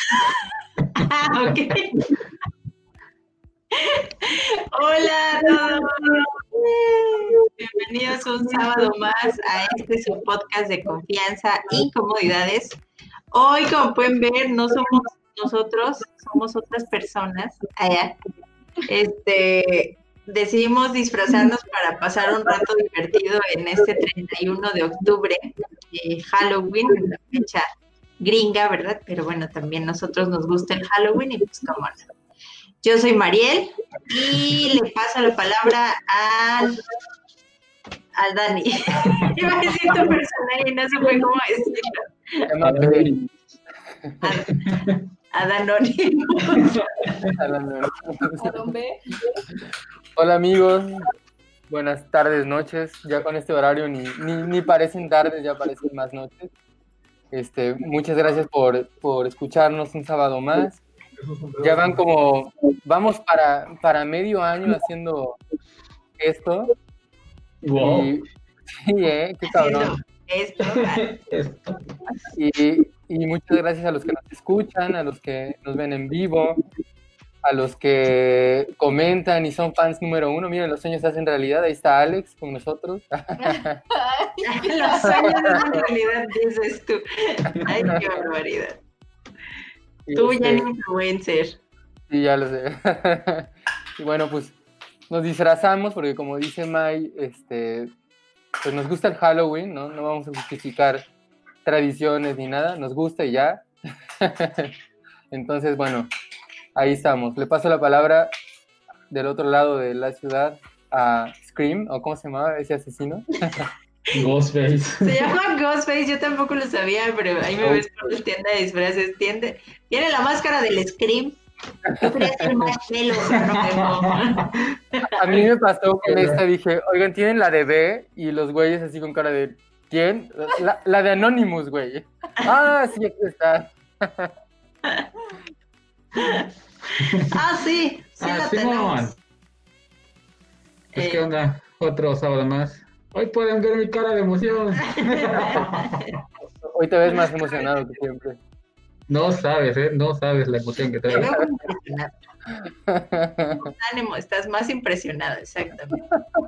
Ok. Hola a todos. Bienvenidos un sábado más a este su podcast de confianza y comodidades. Hoy, como pueden ver, no somos nosotros, somos otras personas allá. Decidimos disfrazarnos para pasar un rato divertido en este 31 de octubre, Halloween, en la fecha gringa, ¿verdad? Pero bueno, también nosotros nos gusta el Halloween y pues cómo no. Yo soy Mariel y le paso la palabra al Dani. Iba a decir tu personaje y no supe cómo decirlo. A Danonymous. A Don B. Hola amigos, buenas tardes, noches. Ya con este horario ni parecen tardes, ya parecen más noches. Muchas gracias por escucharnos un sábado más. Ya vamos para medio año haciendo esto. Wow. Sí, qué cabrón. Esto. Y muchas gracias a los que nos escuchan, a los que nos ven en vivo, a los que comentan y son fans número uno. Miren, los sueños se hacen realidad. Ahí está Alex con nosotros. Los sueños se hacen realidad, dices tú. Ay, qué barbaridad. Tú ya eres influencer. Sí, ya lo sé. Y bueno, pues nos disfrazamos porque como dice May, pues nos gusta el Halloween, ¿no? No vamos a justificar tradiciones ni nada, nos gusta y ya. Entonces, bueno, ahí estamos. Le paso la palabra del otro lado de la ciudad a Scream, o ¿cómo se llamaba ese asesino? Ghostface. Se llama Ghostface, yo tampoco lo sabía, pero ahí me ves por la tienda de disfraces. Tiene la máscara del Scream. Yo quería hacer marshmallow, pero no me A mí me pasó con esta, dije, oigan, tienen la de B, y los güeyes así con cara de, ¿quién? La de Anonymous, güey. Ah, sí, aquí está. Sí la tenemos. Pues, ¿qué onda? Otro sábado más. Hoy pueden ver mi cara de emoción. Hoy te ves más emocionado que siempre. No sabes, no sabes la emoción que Te traigo. veo impresionado. Ánimo, estás más impresionado, exactamente.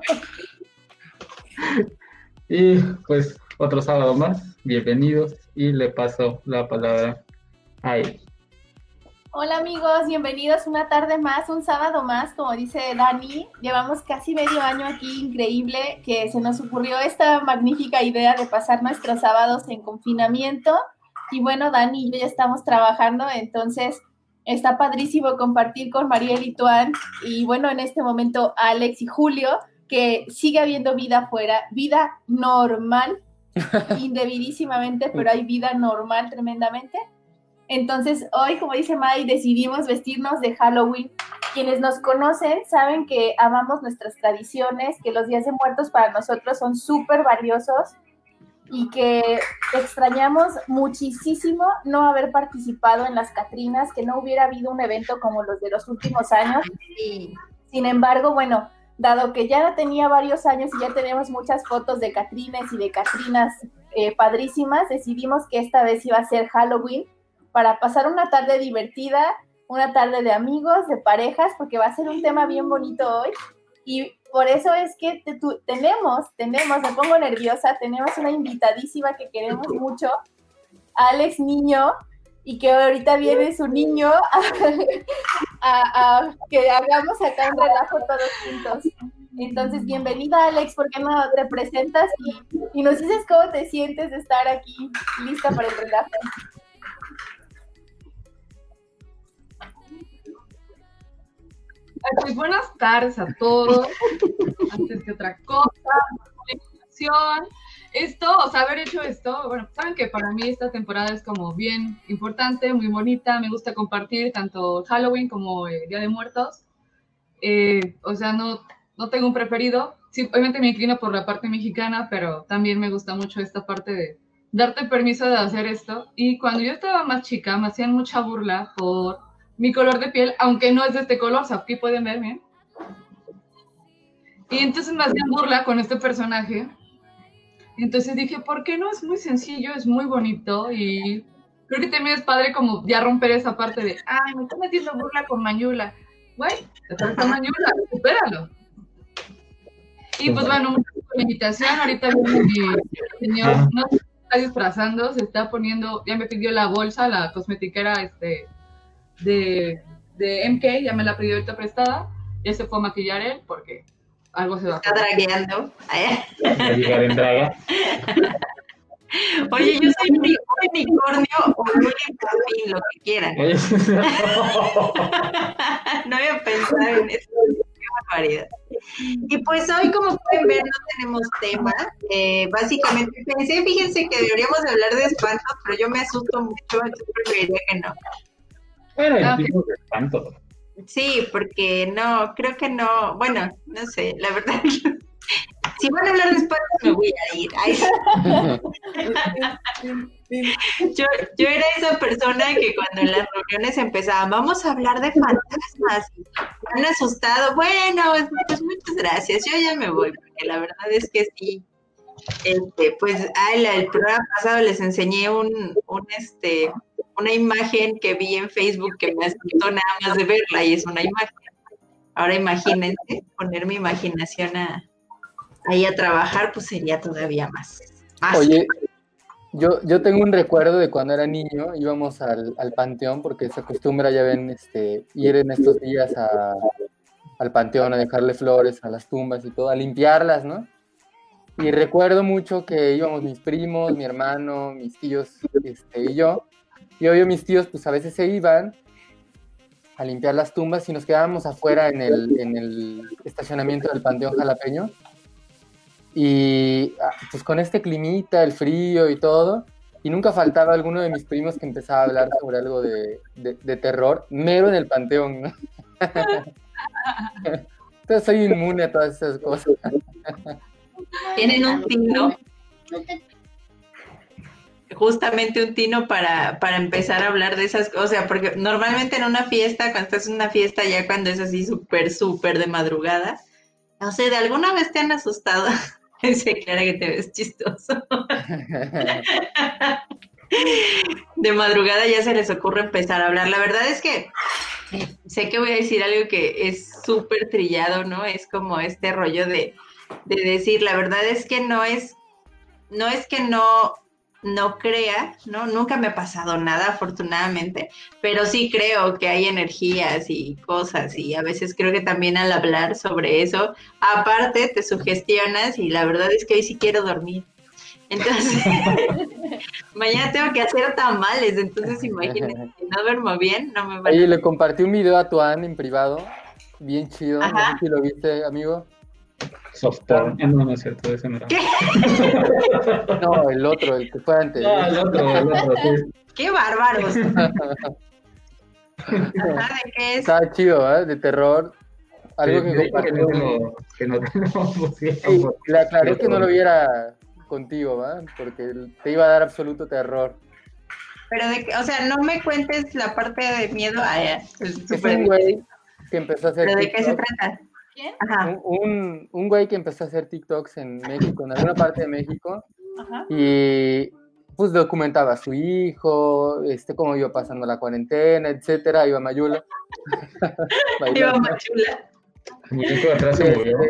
Y pues otro sábado más, bienvenidos y le paso la palabra a él. Hola amigos, bienvenidos una tarde más, un sábado más, como dice Dani. Llevamos casi medio año aquí, increíble, que se nos ocurrió esta magnífica idea de pasar nuestros sábados en confinamiento. Y bueno, Dani y yo ya estamos trabajando, entonces está padrísimo compartir con Mariel y Tuan. Y bueno, en este momento Alex y Julio, que sigue habiendo vida afuera, vida normal, indebidísimamente, pero hay vida normal tremendamente. Entonces, hoy, como dice May, decidimos vestirnos de Halloween. Quienes nos conocen saben que amamos nuestras tradiciones, que los días de muertos para nosotros son súper valiosos y que extrañamos muchísimo no haber participado en las Catrinas, que no hubiera habido un evento como los de los últimos años. Sí. Sin embargo, bueno, dado que ya tenía varios años y ya tenemos muchas fotos de Catrines y de Catrinas padrísimas, decidimos que esta vez iba a ser Halloween, para pasar una tarde divertida, una tarde de amigos, de parejas, porque va a ser un tema bien bonito hoy. Y por eso es que tenemos, me pongo nerviosa, tenemos una invitadísima que queremos mucho, Alex Niño, y que ahorita viene su niño a que hagamos acá un relajo todos juntos. Entonces, bienvenida Alex, ¿por qué no te presentas y nos dices cómo te sientes de estar aquí lista para el relajo? Pues buenas tardes a todos. Antes que otra cosa, haber hecho esto, bueno, saben que para mí esta temporada es como bien importante, muy bonita, me gusta compartir tanto Halloween como Día de Muertos. No tengo un preferido. Sí, obviamente me inclino por la parte mexicana, pero también me gusta mucho esta parte de darte permiso de hacer esto. Y cuando yo estaba más chica, me hacían mucha burla por mi color de piel, aunque no es de este color, o sea, aquí pueden ver bien. Y entonces me hacían burla con este personaje. Entonces dije, ¿por qué no? Es muy sencillo, es muy bonito y creo que también es padre como ya romper esa parte de, ay, me están haciendo burla con Mañula. Güey, te toca Mañula, supéralo. Y pues bueno, una invitación, ahorita viene mi señor, no se está disfrazando, se está poniendo, ya me pidió la bolsa, la cosmetiquera de MK, ya me la pidió ahorita prestada, ya se fue a maquillar él porque algo se va a Está dragueando. A llegar en draga. Oye, yo soy un unicornio o un pin, lo que quieran. No había pensado en eso. Qué barbaridad. Y pues hoy, como pueden ver, no tenemos tema. Básicamente pensé, fíjense que deberíamos hablar de espantos, pero yo me asusto mucho, entonces preferiría que no. Bueno, el tipo de espanto. Sí, porque no, creo que no, bueno, no sé, la verdad. Si van a hablar de espantos, me voy a ir. Yo era esa persona que cuando en las reuniones empezaban, vamos a hablar de fantasmas, me han asustado. Bueno, pues muchas gracias, yo ya me voy, porque la verdad es que sí. Pues el programa pasado les enseñé una imagen que vi en Facebook que me asustó nada más de verla, y es una imagen. Ahora imagínense, poner mi imaginación ahí a trabajar, pues sería todavía más. Oye, yo tengo un recuerdo de cuando era niño, íbamos al panteón, porque se acostumbra, ya ven, ir en estos días al panteón a dejarle flores a las tumbas y todo, a limpiarlas, ¿no? Y recuerdo mucho que íbamos mis primos, mi hermano, mis tíos y yo. Y obvio mis tíos pues a veces se iban a limpiar las tumbas y nos quedábamos afuera en el estacionamiento del Panteón Jalapeño. Y pues con este climita, el frío y todo, y nunca faltaba alguno de mis primos que empezaba a hablar sobre algo de terror, mero en el Panteón, ¿no? Entonces soy inmune a todas esas cosas. Tienen un tino, justamente un tino para empezar a hablar de esas cosas, porque normalmente en una fiesta, cuando estás en una fiesta, ya cuando es así súper de madrugada, no sé, ¿de alguna vez te han asustado? Dice Clara que te ves chistoso. De madrugada ya se les ocurre empezar a hablar. La verdad es que sé que voy a decir algo que es súper trillado, ¿no? Es como este rollo de decir, la verdad es que no es que no crea, ¿no? Nunca me ha pasado nada, afortunadamente, pero sí creo que hay energías y cosas, y a veces creo que también al hablar sobre eso, aparte te sugestionas, y la verdad es que hoy sí quiero dormir. Entonces, mañana tengo que hacer tamales, entonces imagínate, si no duermo bien, no me van a... Oye, le compartí un video a Tuan en privado, bien chido, Ajá. no sé si lo viste, amigo. Soft porn. No es cierto, ese no era. ¿Qué? No, el otro, el que fue antes. No, el otro, sí. ¡Qué bárbaros! Ajá, ¿de qué es? Estaba chido, ¿eh? De terror. Algo que compartió. Que no te lo pusieron. Sí, le aclaré que no lo viera contigo, ¿va? Porque te iba a dar absoluto terror. Pero o sea, no me cuentes la parte de miedo. Es un güey que empezó a hacer ¿Pero de TikTok. qué se trata? ¿Quién? Ajá. Un güey que empezó a hacer TikToks en México, en alguna parte de México, Ajá. y pues documentaba a su hijo, cómo iba pasando la cuarentena, etcétera, iba Mayula. Iba más chula. El muñeco de atrás se movió.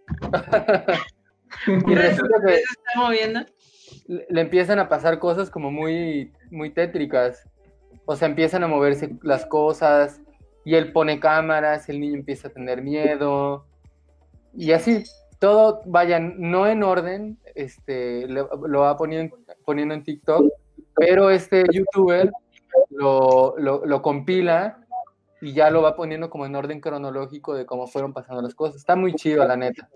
Y resulta que Se está moviendo. le empiezan a pasar cosas como muy, muy tétricas. O sea, empiezan a moverse las cosas, y él pone cámaras, el niño empieza a tener miedo, y así, todo, vaya, no en orden, lo va poniendo en TikTok, pero este youtuber lo compila y ya lo va poniendo como en orden cronológico de cómo fueron pasando las cosas. Está muy chido, la neta.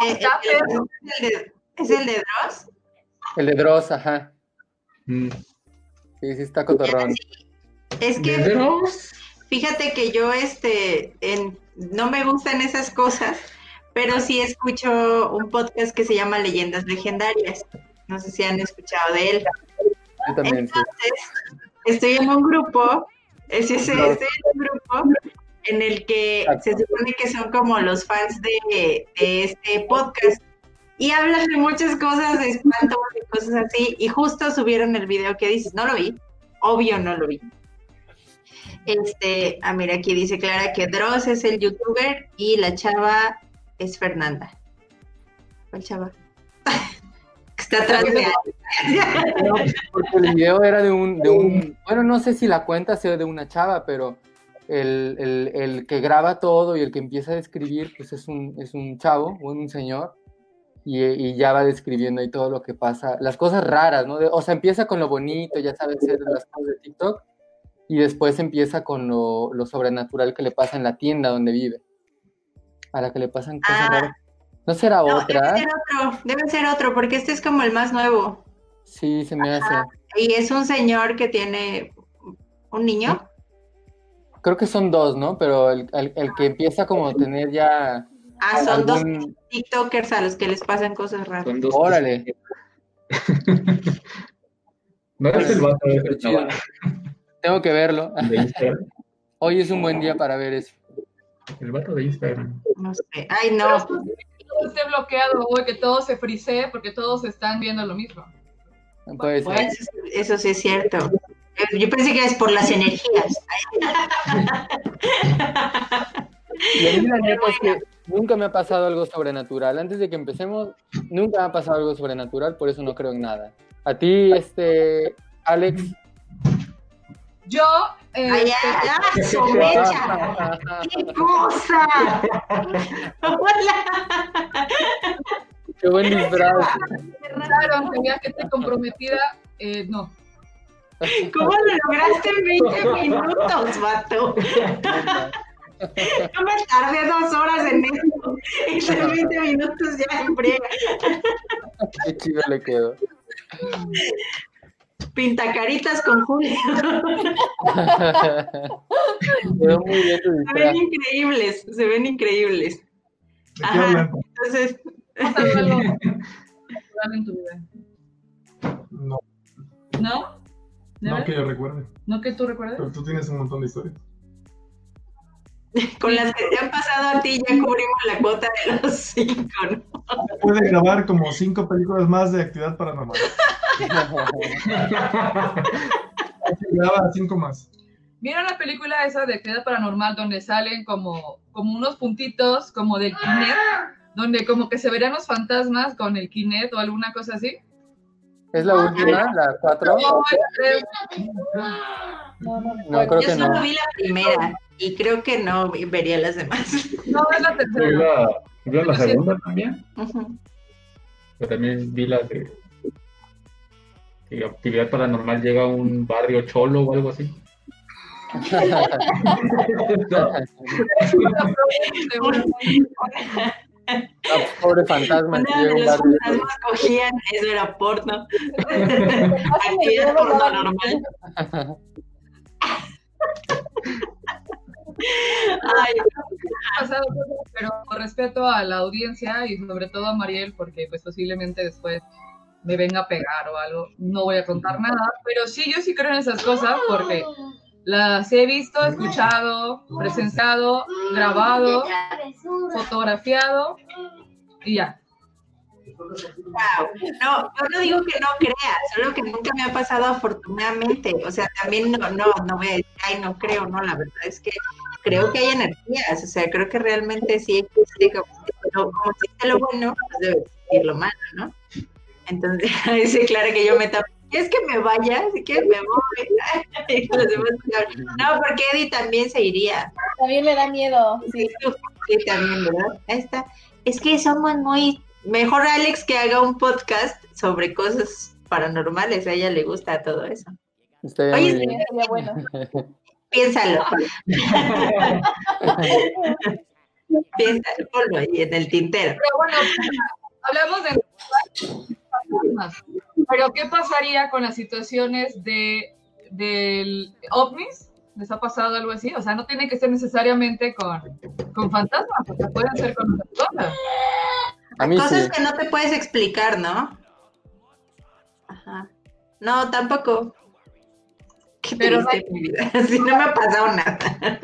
¿Es el de Dross? El de Dross, ajá. Mm. Sí, está cotorrón. Es que... ¿De Dross? Fíjate que yo no me gustan esas cosas, pero sí escucho un podcast que se llama Leyendas Legendarias. No sé si han escuchado de él. Yo también, Entonces, estoy en un grupo, en el que se supone que son como los fans de este podcast, y hablan de muchas cosas, de espantos y cosas así, y justo subieron el video que dices, no lo vi. obvio no lo vi. Mira, aquí dice Clara que Dross es el youtuber y la chava es Fernanda. ¿Cuál chava? Está atrás de No, porque el video era de un, bueno, no sé si la cuenta sea de una chava, pero el que graba todo y el que empieza a describir, pues es un chavo, un señor, y ya va describiendo ahí todo lo que pasa, las cosas raras, ¿no? O sea, empieza con lo bonito, ya sabes, las cosas de TikTok, y después empieza con lo sobrenatural que le pasa en la tienda donde vive, a la que le pasan cosas raras. ¿No será otra? Debe ser otro, porque este es como el más nuevo. Sí, se me hace. Y es un señor que tiene un niño. Creo que son dos, ¿no? Pero el que empieza como a tener ya... son dos TikTokers a los que les pasan cosas raras. Son dos. Órale. No es el vato, es el Chido. chaval. Tengo que verlo. De Instagram. Hoy es un buen día para ver eso. El vato de Instagram. No sé. Ay, no. Esté bloqueado, güey, que todo se frisee porque todos están viendo lo mismo. Puede ser. Eso sí es cierto. Yo pensé que es por las energías. Y a mí la neta es que nunca me ha pasado algo sobrenatural. Antes de que empecemos, nunca me ha pasado algo sobrenatural, por eso no creo en nada. A ti, Alex. Yo... ¡Somecha! ¡Qué cosa! ¡Hola! ¡Qué buen disfraz! Claro, aunque veas que estoy comprometida, no. ¿Cómo lo lograste en 20 minutos, vato? Yo me tardé 2 horas en eso. En 20 minutos ya en brega. Qué chido le quedó. Pintacaritas con Julio. Quedó muy bien tu disfraz. Se ven increíbles. Ajá, entonces... Pásalo algo en tu vida. No, ¿No? no que yo recuerde. ¿No que tú recuerdes? Pero tú tienes un montón de historias. Con las que te han pasado a ti ya cubrimos la cuota de los 5, ¿no? Puede grabar como 5 películas más de actividad paranormal. Graba 5 más. ¿Vieron la película esa de actividad paranormal donde salen como unos puntitos como del Kinect? Donde como que se verían los fantasmas con el Kinect o alguna cosa así. ¿Es la última? ¿La 4? No, creo Yo que no. solo vi la primera y creo que no vería las demás. No, es la tercera. Vi la segunda también. Uh-huh. Pero también vi la de que actividad paranormal llega a un barrio cholo o algo así. Pobre fantasma. Una de los fantasmas cogían, eso era porno. Actividad paranormal. Ay, pasado, pero con respeto a la audiencia y sobre todo a Mariel, porque pues posiblemente después me venga a pegar o algo, no voy a contar nada, pero sí, yo sí creo en esas cosas porque las he visto, escuchado, presenciado, grabado, fotografiado y ya. Wow. No, yo no digo que no crea, solo que nunca me ha pasado afortunadamente. O sea, también no voy a decir, ay, no creo, no, la verdad es que creo que hay energías, o sea, creo que realmente sí existe, como existe lo bueno, pues debe existir lo malo, ¿no? Entonces, dice Clara que yo me tapo. ¿Quieres que me vaya? Si quieres me voy. No, porque Eddie también se iría. También le da miedo, sí. Sí, también, ¿verdad? Ahí está. Es que somos muy... Mejor Alex que haga un podcast sobre cosas paranormales, a ella le gusta todo eso. Oye, sería bueno. Piénsalo. Piénsalo, ponlo ahí en el tintero. Pero bueno, hablamos de fantasmas. Pero ¿qué pasaría con las situaciones del ovnis? ¿Les ha pasado algo así? O sea, no tiene que ser necesariamente con fantasmas, porque pueden ser con otras cosas. A mí cosas sí. Que no te puedes explicar, ¿no? Ajá. No, tampoco. Qué triste mi vida. Así no me ha pasado nada.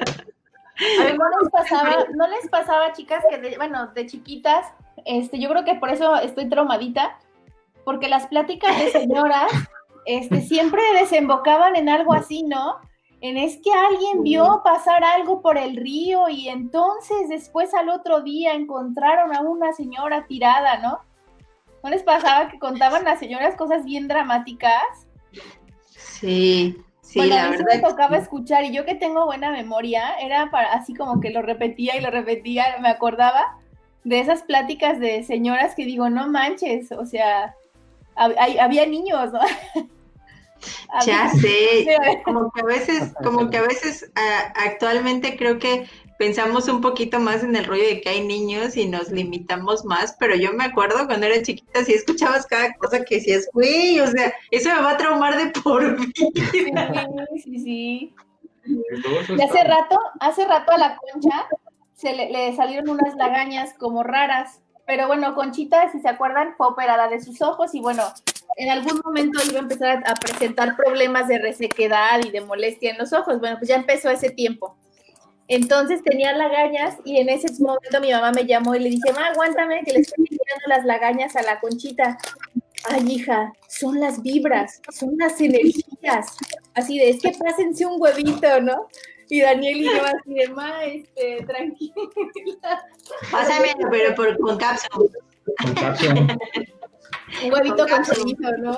¿No les pasaba, chicas, que de chiquitas, yo creo que por eso estoy traumadita, porque las pláticas de señoras siempre desembocaban en algo así, ¿no? Es que alguien vio pasar algo por el río y entonces después al otro día encontraron a una señora tirada, ¿no? ¿No les pasaba que contaban las señoras cosas bien dramáticas? Sí, bueno, la a mí sí verdad. me tocaba escuchar, y yo que tengo buena memoria, era así como que lo repetía y lo repetía, me acordaba de esas pláticas de señoras que digo, no manches, o sea, había niños, ¿no? Ya sé, como que a veces actualmente creo que pensamos un poquito más en el rollo de que hay niños y nos limitamos más, pero yo me acuerdo cuando era chiquita, si escuchabas cada cosa que decías, güey, o sea, eso me va a traumar de por vida. Sí. Y hace rato a la Concha le salieron unas lagañas como raras, pero bueno, Conchita, si se acuerdan, fue operada de sus ojos y bueno, en algún momento iba a empezar a presentar problemas de resequedad y de molestia en los ojos. Bueno, pues ya empezó ese tiempo. Entonces tenía lagañas y en ese momento mi mamá me llamó y le dije, ma, aguántame que le estoy tirando las lagañas a la Conchita. Ay, hija, son las vibras, son las energías. Así de, es que pásense un huevito, ¿no? Y Daniel y yo así de, ma, tranquila. Pásame, pero con cápsula. Con cápsula. Un huevito con chorizo, ¿no?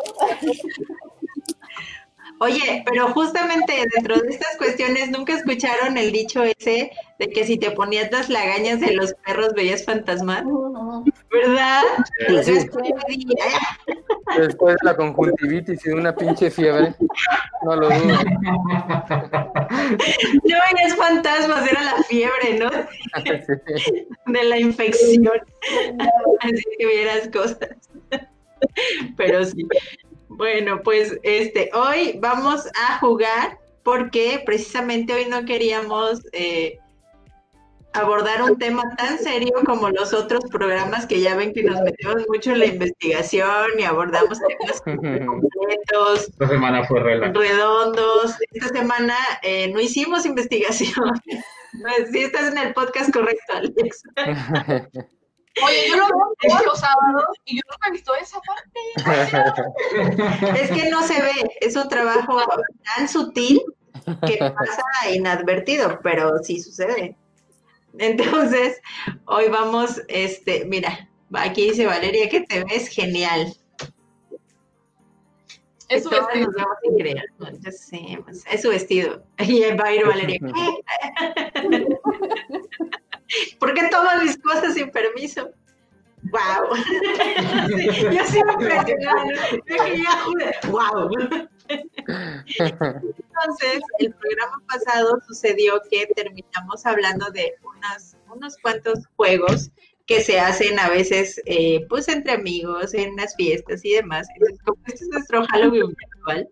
Oye, pero justamente dentro de estas cuestiones, ¿nunca escucharon el dicho ese de que si te ponías las lagañas de los perros veías fantasmas? ¿Verdad? Sí. Después de la conjuntivitis y de una pinche fiebre, no lo dudo. No veías fantasmas, era la fiebre, ¿no? Sí. De la infección. Así que vieras cosas. Pero sí. Bueno, pues hoy vamos a jugar porque precisamente hoy no queríamos abordar un tema tan serio como los otros programas que ya ven que nos metemos mucho en la investigación y abordamos temas completos. Esta semana fue redondos. Esta semana no hicimos investigación. Sí, estás en el podcast correcto, Alex. Oye, yo lo veo todos los sábados y yo nunca he visto esa parte. Es que no se ve, es un trabajo tan sutil que pasa inadvertido, pero sí sucede. Entonces, hoy vamos, mira, aquí dice Valeria que te ves genial. Es su vestido. Nos vemos increíble. No, ya sé, pues, es su vestido. Y va a ir Valeria. ¿Qué? ¿Por qué tomas mis cosas sin permiso? ¡Wow! Yo sí me impresioné. ¡Wow! Entonces, el programa pasado sucedió que terminamos hablando de unos cuantos juegos que se hacen a veces, pues, entre amigos, en las fiestas y demás. Entonces, como este es nuestro Halloween virtual,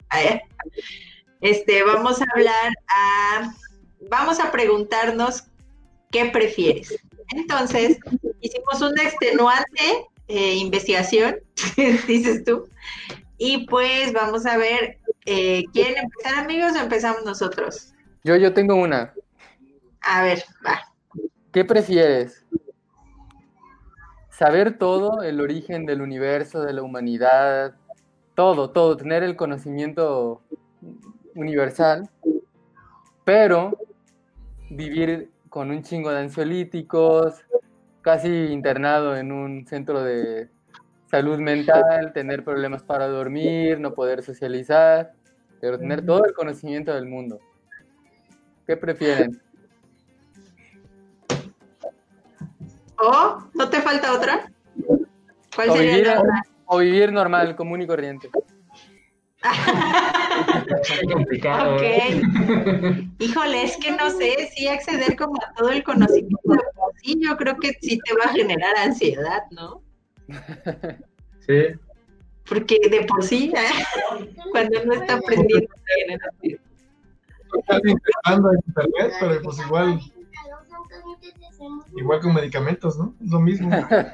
vamos a preguntarnos ¿qué prefieres? Entonces, hicimos una extenuante investigación, dices tú, y pues vamos a ver, ¿quieren empezar, amigos, o empezamos nosotros? Yo tengo una. A ver, va. ¿Qué prefieres? ¿Saber todo, el origen del universo, de la humanidad, todo, tener el conocimiento universal, pero vivir con un chingo de ansiolíticos, casi internado en un centro de salud mental, tener problemas para dormir, no poder socializar, pero tener todo el conocimiento del mundo? ¿Qué prefieren? ¿O no te falta otra? ¿Cuál sería la otra? O vivir normal, común y corriente. Es complicado. Okay. Híjole, es que no sé, sí acceder como a todo el conocimiento, sí, yo creo que sí te va a generar ansiedad, ¿no? Sí. Porque de por sí, cuando no está aprendiendo, genera ansiedad. Estás intentando en internet, pero pues igual con medicamentos, ¿no? Es lo mismo.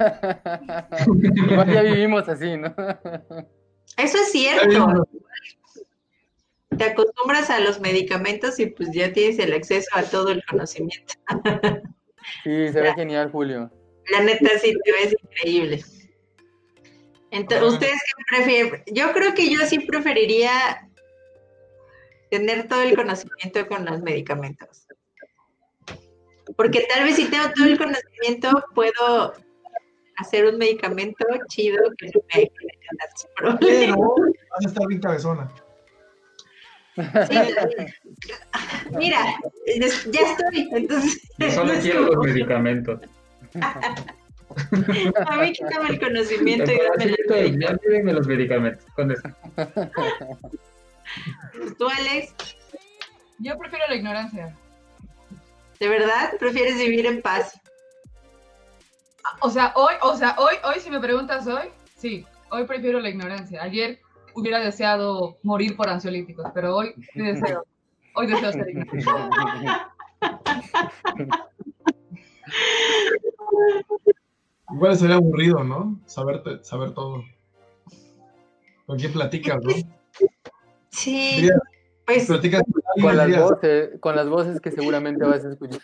Igual ya vivimos así, ¿no? Eso es cierto. Te acostumbras a los medicamentos y pues ya tienes el acceso a todo el conocimiento. Sí, se ve genial, Julio. La neta sí te ves increíble. Entonces, ¿ustedes qué prefieren? Yo creo que yo sí preferiría tener todo el conocimiento con los medicamentos. Porque tal vez si tengo todo el conocimiento, puedo hacer un medicamento chido que no me genere problemas. Pero vas a estar bien cabezona. Sí, mira, ya estoy. Entonces, Yo solo quiero los medicamentos. a mí quítame el conocimiento y dame los medicamentos. Ya denme los medicamentos. Con eso. ¿Tú, Alex, Yo prefiero la ignorancia. de verdad prefieres vivir en paz? Hoy, si me preguntas hoy, sí, hoy prefiero la ignorancia. Ayer hubiera deseado morir por ansiolíticos, pero hoy deseo ser ignorante. Igual sería aburrido, ¿no? Saber todo. ¿Con quién platicas, no? Sí, Dirías, pues platicas con alguien, Con las voces que seguramente vas a escuchar.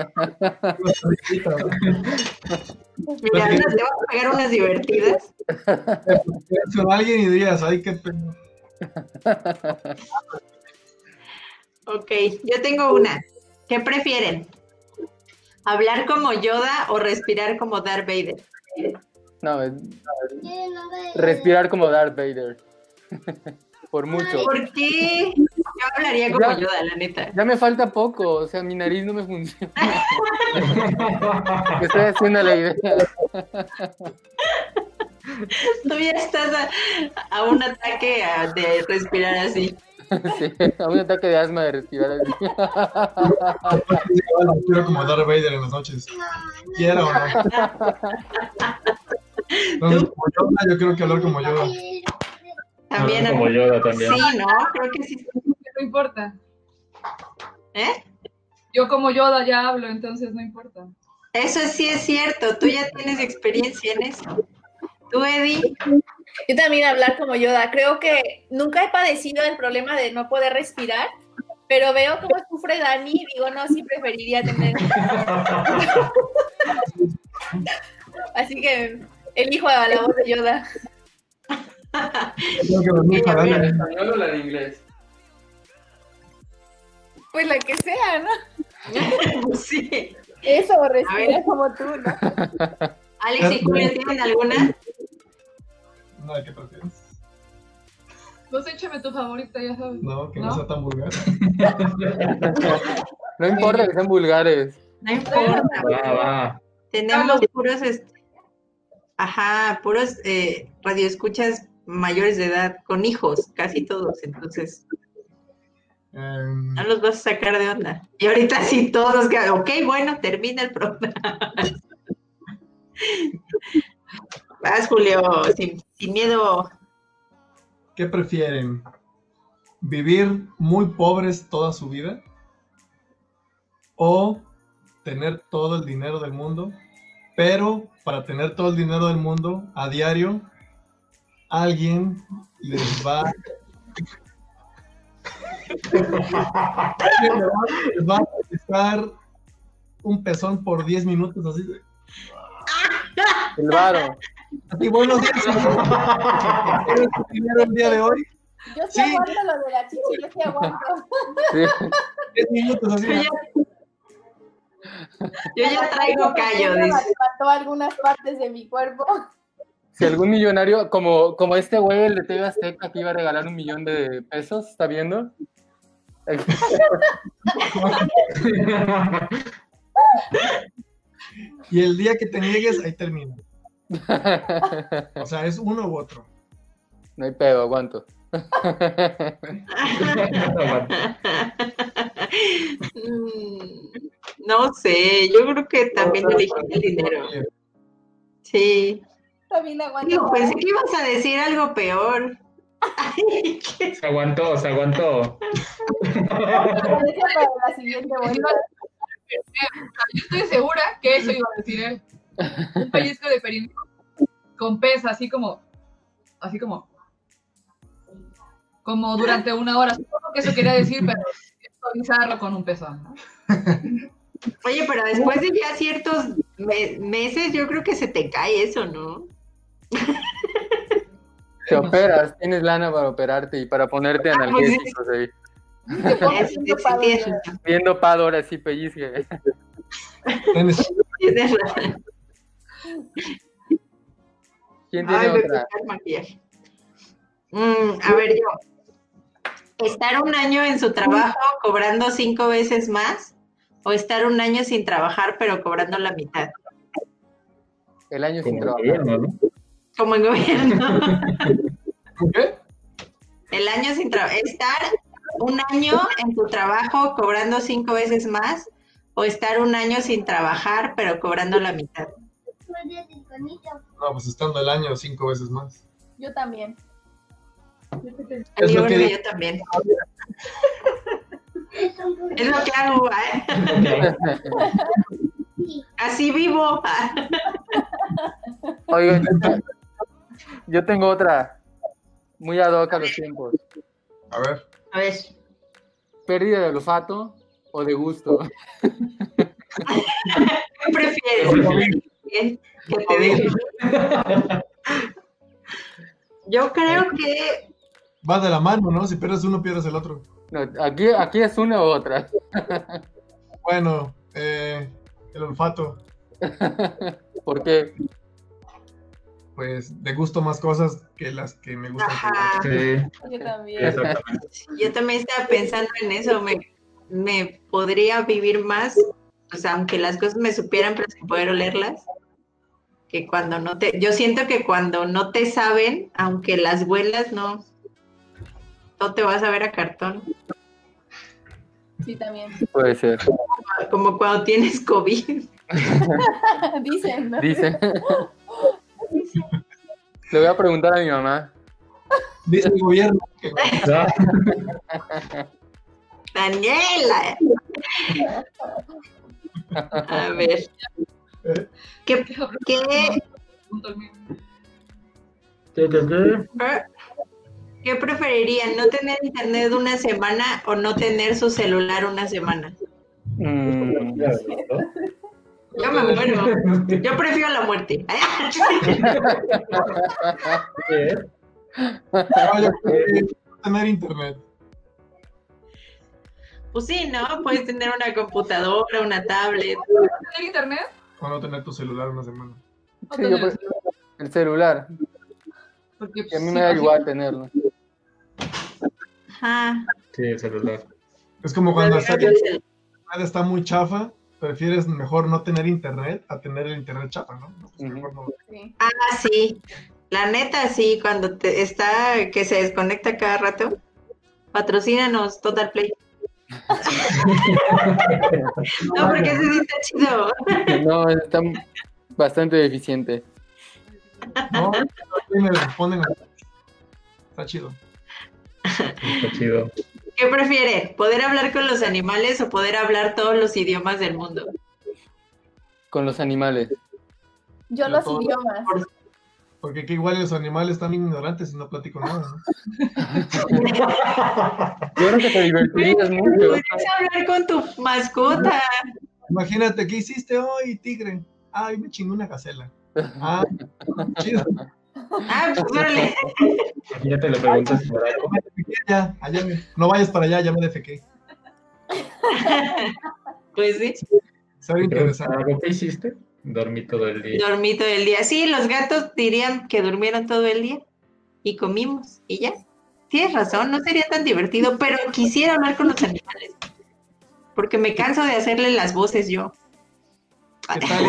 mira, te voy a pegar unas divertidas. con alguien y dirías, ay, qué pena. Ok, yo tengo una. ¿Qué prefieren? ¿Hablar como Yoda o respirar como Darth Vader? No, respirar como Darth Vader. Por mucho. ¿Por qué? Yo hablaría como Yoda, la neta. Ya me falta poco, o sea, mi nariz no me funciona. Me estoy haciendo la idea. Tú ya estás a un ataque de respirar así. Sí, a un ataque de asma de respirar así. Igual quiero como Darth Vader en las noches. Quiera o no. Entonces, como Yoda, yo creo que hablar como Yoda. También. Como Yoda también. Sí, ¿no? Creo que sí. No importa. ¿Eh? Yo como Yoda ya hablo, entonces no importa. Eso sí es cierto. Tú ya tienes experiencia en eso. ¿Tú, Eddie? Yo también hablar como Yoda. Creo que nunca he padecido el problema de no poder respirar, pero veo cómo sufre Dani y digo, no, sí preferiría tener. Así que elijo a la voz de Yoda. Creo que dormir para ¿La de alguien. español o la de inglés? Pues la que sea, ¿no? Sí. Eso, respira como tú, ¿no? Alex y Julio, ¿tienen alguna? No, ¿qué prefieres? Pues échame tu favorita, ya sabes. No, que no ¿No? sea tan vulgar. No importa que sean vulgares. No importa. Va. Tenemos puros, puros radioescuchas mayores de edad, con hijos, casi todos, entonces no los vas a sacar de onda. Y ahorita sí todos que, ok, bueno, termina el programa. Vas, Julio, sin miedo. ¿Qué prefieren? ¿Vivir muy pobres toda su vida? ¿O tener todo el dinero del mundo? Pero para tener todo el dinero del mundo, a diario, alguien les va a prestar un pezón por 10 minutos, así de... El varo. Así, buenos días. ¿Quieres tu dinero el día de hoy? Yo sí Sí. aguanto lo de la chichi, yo sí aguanto. Sí. 10 minutos, así. Yo ya traigo callo, Me dice. mató algunas partes de mi cuerpo. Si algún millonario, como este güey, el de TV Azteca, que iba a regalar $1 millón de pesos, ¿está viendo? Y el día que te niegues, ahí termina. O sea, es uno u otro. No hay pedo, aguanto. No sé, yo creo que también elegí el dinero. Sí. También aguanto. Digo, pensé que ibas a decir algo peor. Ay, qué- Se aguantó. Deja para la siguiente vuelta. Yo estoy segura que eso iba a decir él. Un pellizco de periódico con pez, así como durante una hora. Supongo que eso quería decir, pero suavizarlo con un pezón, ¿no? Oye, pero después de ya ciertos meses, yo creo que se te cae eso, ¿no? Te operas, tienes lana para operarte y para ponerte analgésicos ahí. Bien dopado, ahora sí, pellizque. Tienes razón. ¿Quién tiene otra? A ver, yo. ¿Estar un año en su trabajo cobrando 5 veces más? ¿O estar un año sin trabajar pero cobrando la mitad? El año sin Como trabajar. gobierno, ¿no? Como en gobierno. ¿Qué? El año sin trabajar. ¿Estar un año en tu trabajo cobrando 5 veces más? ¿O estar un año sin trabajar pero cobrando la mitad? No, pues estando el año 5 veces más. Yo también. Es Yo lo creo que- que yo también. Es lo que hago. Así vivo. Oigan, yo tengo otra muy ad hoc a los tiempos. A ver. A ver. ¿Pérdida de olfato o de gusto? ¿Qué prefieres? Que te dejen. Yo creo que Va de la mano, ¿no? Si pierdes uno, pierdes el otro. No, aquí es una u otra. Bueno, el olfato. ¿Por qué? Pues de gusto más cosas que las que me gustan. Ajá. Sí, Yo también. exactamente. Yo también estaba pensando en eso, me podría vivir más, o sea, aunque las cosas me supieran, pero sin poder olerlas, que cuando no te, yo siento que cuando no te saben, aunque las huelas, no te vas a ver a cartón, Sí, también. Puede ser. como cuando tienes COVID. Dicen, ¿no? Dice. Le voy a preguntar a mi mamá. Dice el gobierno que Daniela. A ver, ¿qué ¿qué preferirían? ¿No tener internet una semana o no tener su celular una semana? Yo me muero. Yo prefiero la muerte. no, yo creo que tener internet. Pues sí, ¿no? Puedes tener una computadora, una tablet. ¿Tener internet? O no tener tu celular una semana. ¿O Sí, yo tener- prefiero el celular. Porque Que a mí sí, me da así- igual tenerlo. Ajá. Sí, el celular. Es como cuando Pero yo creo que el- está muy chafa, prefieres mejor no tener internet a tener el internet chafa, ¿no? No, pues mejor no. Sí. Ah, sí. La neta, sí, cuando te está, que se desconecta cada rato. Patrocínanos, Total Play. No, porque ese sí está chido. No, está bastante deficiente. No, me responden. Está chido. Está chido. ¿Qué prefiere? ¿Poder hablar con los animales o poder hablar todos los idiomas del mundo? Con los animales. Yo Yo los todo. idiomas. Porque que igual los animales están bien ignorantes y no platico nada, ¿no? Yo creo que te divertirías mucho. Podrías hablar con tu mascota. Imagínate, ¿qué hiciste hoy, tigre? Ay, me chingó una gacela. Ah, chido. Ah, pues órale. Ya te lo preguntas por algo. Me defequé ya, no vayas para allá, ya me defequé. Pues sí, Sería interesante. ¿Algo que hiciste? Dormí todo el día. dormí todo el día. Sí, los gatos dirían que durmieron todo el día y comimos y ya. Tienes razón, no sería tan divertido, pero quisiera hablar con los animales. Porque me canso de hacerle las voces yo. ¿Qué tal?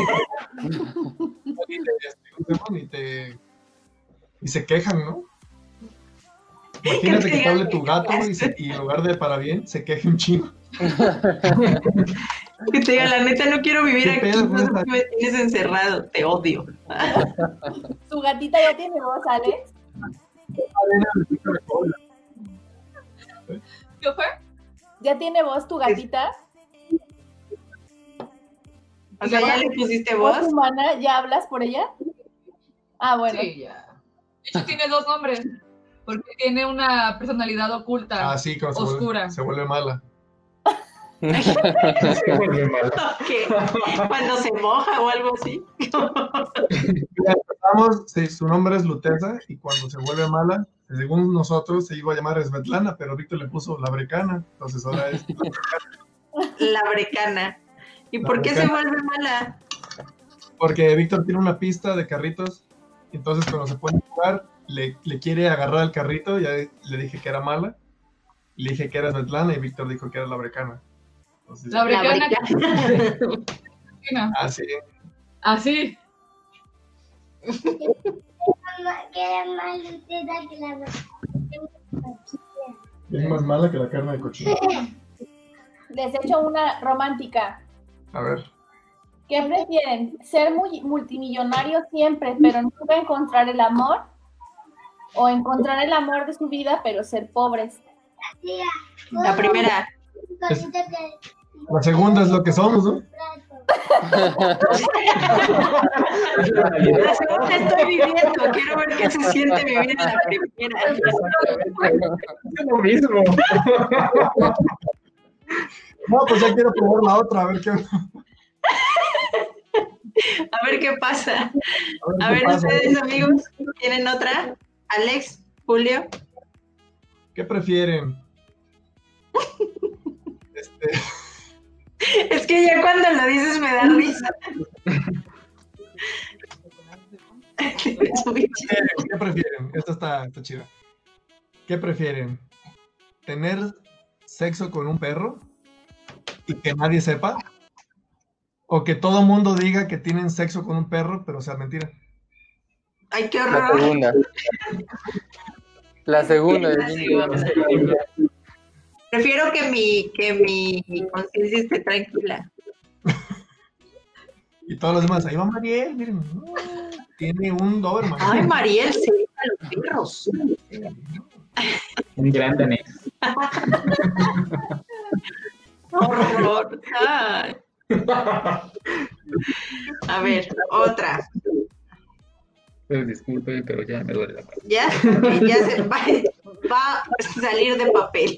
Y se quejan, ¿no? Imagínate que te hable tu gato y en lugar de para bien, se queje un chingo. Que te diga, la neta, no quiero vivir ¿Qué aquí, pedo con no sé esa- por qué me tienes encerrado, te odio. ¿Tu gatita ya tiene voz, Alex? ¿Qué fue? ¿Ya tiene voz tu gatita? O sea, ¿ya le pusiste ¿Voz voz? humana? ¿Ya hablas por ella? Ah, bueno. Sí, ya. De hecho, tiene dos nombres. Porque tiene una personalidad oculta. Ah, sí, cuando Oscura. se vuelve mala. Se vuelve mala. ¿Qué? Cuando se moja o algo así. Ya empezamos, sí, su nombre es Luteza y cuando se vuelve mala, según nosotros se iba a llamar Svetlana, pero Víctor le puso la Brecana, entonces ahora es La brecana. ¿Y La por qué se brecana. vuelve mala? porque Víctor tiene una pista de carritos, entonces cuando se pone a jugar, le quiere agarrar el carrito, ya le dije que era mala, le dije que era Svetlana y Víctor dijo que era la Brecana. Entonces, La La brecana. brecana. así, Así. Queda más lucida que la es más mala que la carne de cochino. Les echo una romántica. A ver, ¿Qué prefieren? ¿Ser multimillonario siempre, pero nunca encontrar el amor? ¿O encontrar el amor de su vida, pero ser pobres? La primera. la segunda es lo que somos, ¿no? La segunda estoy viviendo. Quiero ver qué se siente vivir en la primera. Es lo mismo. No, pues ya quiero probar la otra, a ver qué, A ver qué pasa. A qué ver, pasa. ustedes, amigos, ¿tienen otra? Alex, Julio. ¿Qué prefieren? Es que ya cuando lo dices me da risa. Es muy chido. ¿Qué prefieren? Esta está chida. ¿Qué prefieren? ¿Tener sexo con un perro y que nadie sepa? ¿O que todo mundo diga que tienen sexo con un perro, pero sea mentira? Ay, qué La horror. segunda. La segunda, La definitivamente. Prefiero que mi conciencia esté tranquila. Y todos los demás, ahí va Mariel, miren, tiene un Doberman. Ay, Mariel, se deja a los perros. Un gran danés. Horror. Ay. A ver, otra. Pues disculpe, pero ya me duele la mano. Ya, ya se va a salir de papel.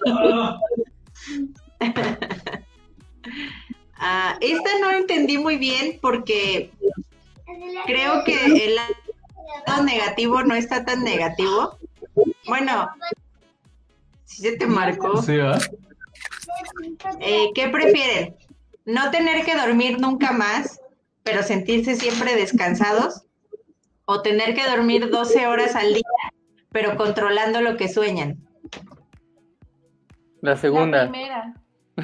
Esta no entendí muy bien porque creo que el lado negativo no está tan negativo. Bueno, si se te marcó. Sí, ¿verdad? ¿Qué prefieren? ¿No tener que dormir nunca más, pero sentirse siempre descansados? ¿O tener que dormir 12 horas al día, pero controlando lo que sueñan? La La segunda. primera.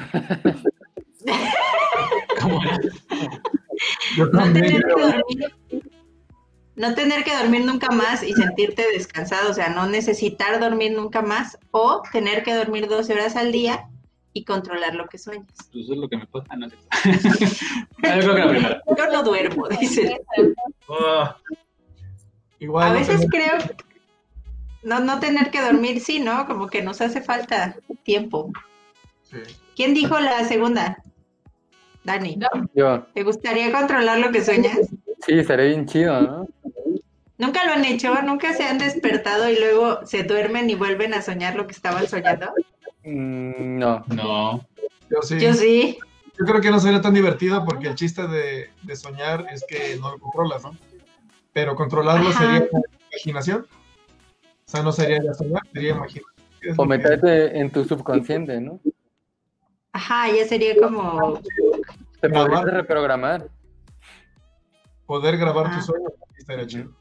¿Cómo? Yo No también, tener que dormir, no tener que dormir nunca más y sentirte descansado, o sea, no necesitar dormir nunca más, o tener que dormir 12 horas al día y controlar lo que sueñas. Pues eso es lo que me pasa. Ah, no sé. Yo creo que la primera. Yo no duermo, dice. Oh, igual A no veces tengo- creo no tener que dormir, sí, ¿no? Como que nos hace falta tiempo. Sí. ¿Quién dijo la segunda? Dani, Yo. ¿te gustaría controlar lo que sueñas? Sí, estaría bien chido, ¿no? ¿Nunca lo han hecho? ¿Nunca se han despertado y luego se duermen y vuelven a soñar lo que estaban soñando? No. no. Yo sí. Yo sí. Yo creo que no sería tan divertido porque el chiste de soñar es que no lo controlas, ¿no? Pero controlarlo Ajá. sería imaginación. O sea, no sería ya soñar, sería imaginación. Es O lo que- meterte en tu subconsciente, ¿no? Ajá, ya sería como... Te Grabar. podrías reprogramar. Poder grabar Ajá. tus sueños estaría chido.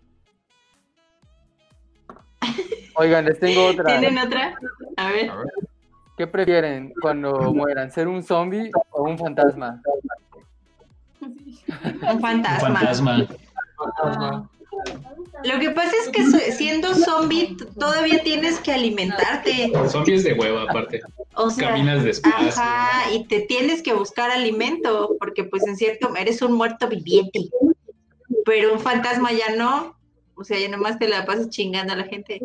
Oigan, les tengo otra. ¿Tienen otra? A ver. A ver. ¿Qué prefieren cuando mueran? ¿Ser un zombie o un fantasma? Un fantasma. Fantasma. Fantasma. Lo que pasa es que siendo zombie todavía tienes que alimentarte. Zombies de hueva, aparte. O sea, Caminas despacio. ajá, y te tienes que buscar alimento, porque pues en cierto, eres un muerto viviente. Pero un fantasma ya no. O sea, ya nomás te la pasas chingando a la gente.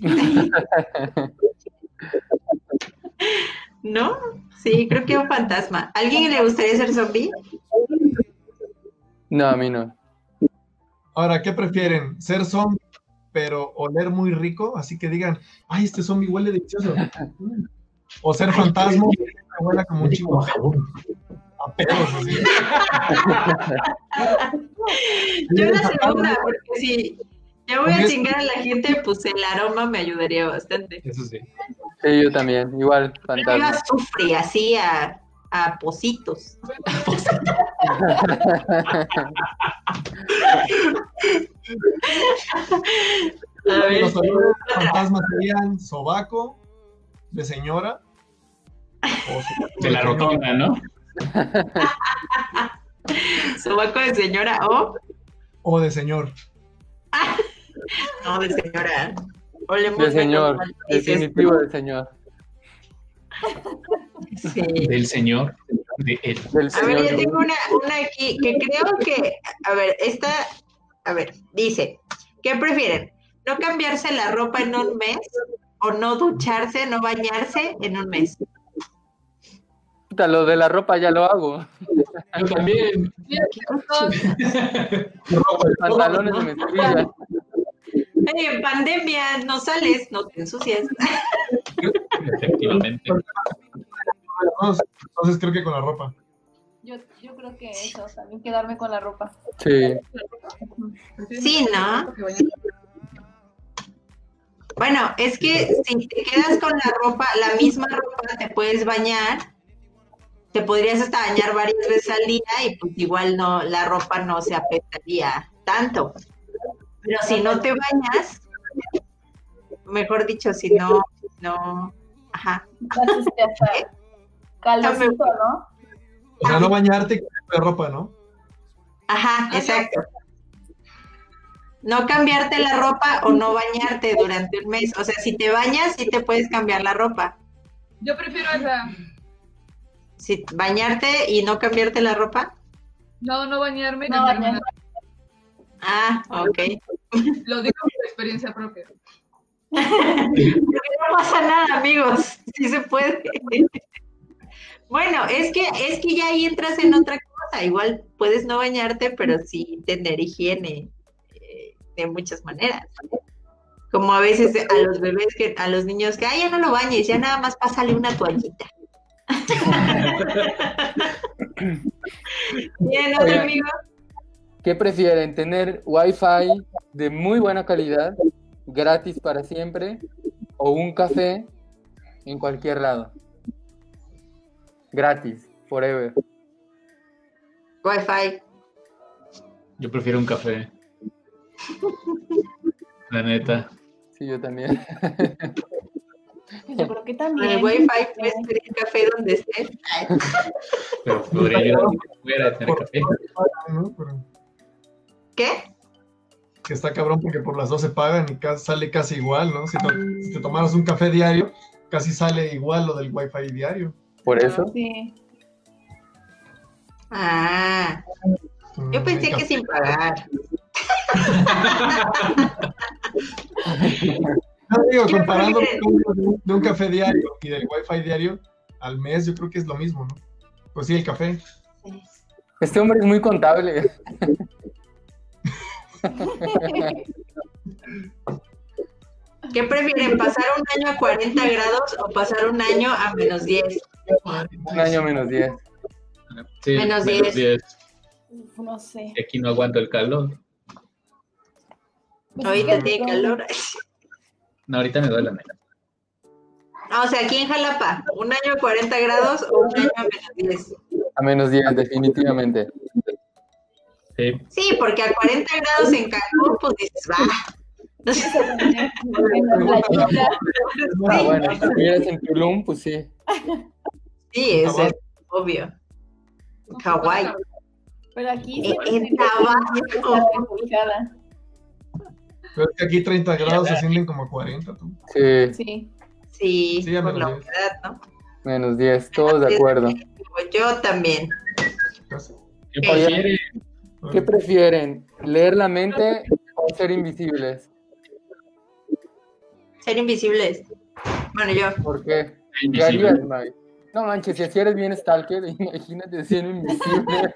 ¿No? Sí, creo que un fantasma. ¿A alguien le gustaría ser zombie? No, a mí no. Ahora, ¿qué prefieren? ¿Ser zombie, pero oler muy rico? Así que digan, ay, este zombie huele delicioso. O ser fantasma, huela como un chingo de jabón. A pedos, así. Yo la segunda, porque si ya voy a chingar a la gente, pues el aroma me ayudaría bastante. Eso sí. Sí, yo también, igual, Yo fantasma. azufre, así a pocitos. A ver, Los olores fantasmas serían sobaco de señora. O De la rotonda, ¿no? sobaco de señora O de señor. no, de señora. Olemos De señor, menos mal, dices definitivo tú. del señor. Sí. Del señor. De él. Del A ver, señor. yo tengo una aquí que creo que, a ver, dice, ¿qué prefieren? ¿No cambiarse la ropa en un mes o no ducharse, no bañarse en un mes? Puta, lo de la ropa ya lo hago. Yo también. Pantalones de mezclilla. En pandemia no sales, no te ensucias. Efectivamente. Entonces creo que con la ropa. Yo creo que eso, también quedarme con la ropa. Sí. Sí, ¿no? Bueno, es que si te quedas con la ropa, la misma ropa, te puedes bañar, te podrías hasta bañar varias veces al día y pues igual no, la ropa no se apestaría tanto. Pero si no te bañas, mejor dicho, si no, ajá. Entonces, hasta calorcito, ¿no? O sea, no bañarte y cambiarte de ropa, ¿no? Ajá, exacto. No cambiarte la ropa o no bañarte durante un mes. O sea, si te bañas, sí te puedes cambiar la ropa. Yo prefiero esa. Si bañarte y no cambiarte la ropa. No bañarme y No cambiarme bañarme. Ah, ok. Lo digo por experiencia propia. Porque no pasa nada, amigos. Sí se puede. Bueno, es que ya ahí entras en otra cosa. Igual puedes no bañarte, pero sí tener higiene de muchas maneras. Como a veces a los bebés, a los niños que, ya no lo bañes, ya nada más pásale una toallita. Bien, otro Oigan, amigo. ¿Qué prefieren? ¿Tener Wi-Fi de muy buena calidad, gratis para siempre, o un café en cualquier lado? Gratis, forever. Wi-Fi. Yo prefiero un café. La neta. Sí, yo también. Yo creo que Con también. el Wi-Fi puedes pedir café donde estés. Pero podría ir a donde fuera a tener café. ¿No? Pero ¿Qué? que está cabrón porque por las dos se pagan y sale casi igual, ¿no? Si te tomaras un café diario, casi sale igual lo del Wi-Fi diario. Por eso. Sí. Ah, yo pensé que sin pagar. No digo, Yo comparando creo de un café diario y del Wi-Fi diario al mes, yo creo que es lo mismo, ¿no? Pues sí, el café. Este hombre es muy contable. ¿Qué prefieren, pasar un año a 40 grados o pasar un año a menos 10? Un año menos 10. Sí, Menos menos 10. Uf, no sé. Y aquí no aguanto el calor. Pues Ahorita es que- tiene calor. No, ahorita me duele la neta. No, o sea, aquí en Jalapa, un año a 40 grados o un año a menos 10. A menos 10, definitivamente. Sí. Sí, porque a 40 grados en Cancún, pues dices, va. En la playita. Ah, bueno, si estuvieras en Tulum, pues sí. Sí, eso es obvio. Hawái. Pero aquí En Tabasco. complicada. Pero es que aquí 30 grados se ascienden como a 40, tú. Sí, Sí. Sí, Sí, a por la menos 10. humedad, ¿no? menos 10, todos de acuerdo. Yo también. Casi. ¿Qué Oye, prefiere? ¿Qué prefieren? ¿Leer la mente o ser invisibles? Ser invisibles. Bueno, yo. ¿Por qué? ¿Qué Invisible. harías, Mike? No manches, si así eres bien stalker, imagínate siendo invisible.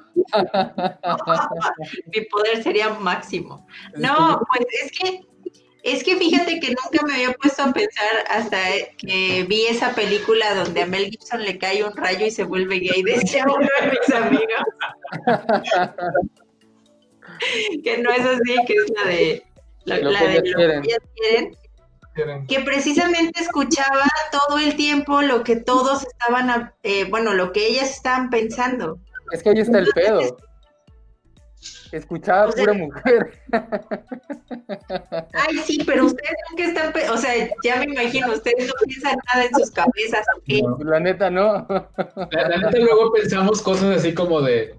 Mi poder sería máximo. No, pues es que Es que fíjate que nunca me había puesto a pensar hasta que vi esa película donde a Mel Gibson le cae un rayo y se vuelve gay. Decía uno de mis amigos. Que no es así, que es la de Lo que ellas lo que quieren. ellas quieren. Que precisamente escuchaba todo el tiempo lo que todos estaban, bueno, lo que ellas estaban pensando. Es que ahí está el pedo. Escuchaba O sea, pura mujer. Ay, sí, pero ustedes nunca están, o sea, ya me imagino, ustedes no piensan nada en sus cabezas, ¿ok? No. La neta, no. La neta, luego pensamos cosas así como de,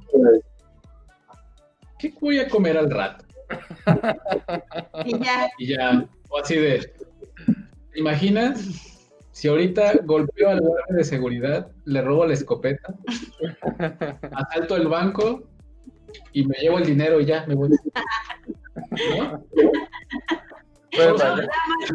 ¿qué voy a comer al rato? Y ya, Y ya, o así de, ¿te imaginas? Si ahorita golpeo al guardia de seguridad, le robo la escopeta, asalto el banco y me llevo el dinero y ya, me voy. ¿No? Puede O sea, pasar.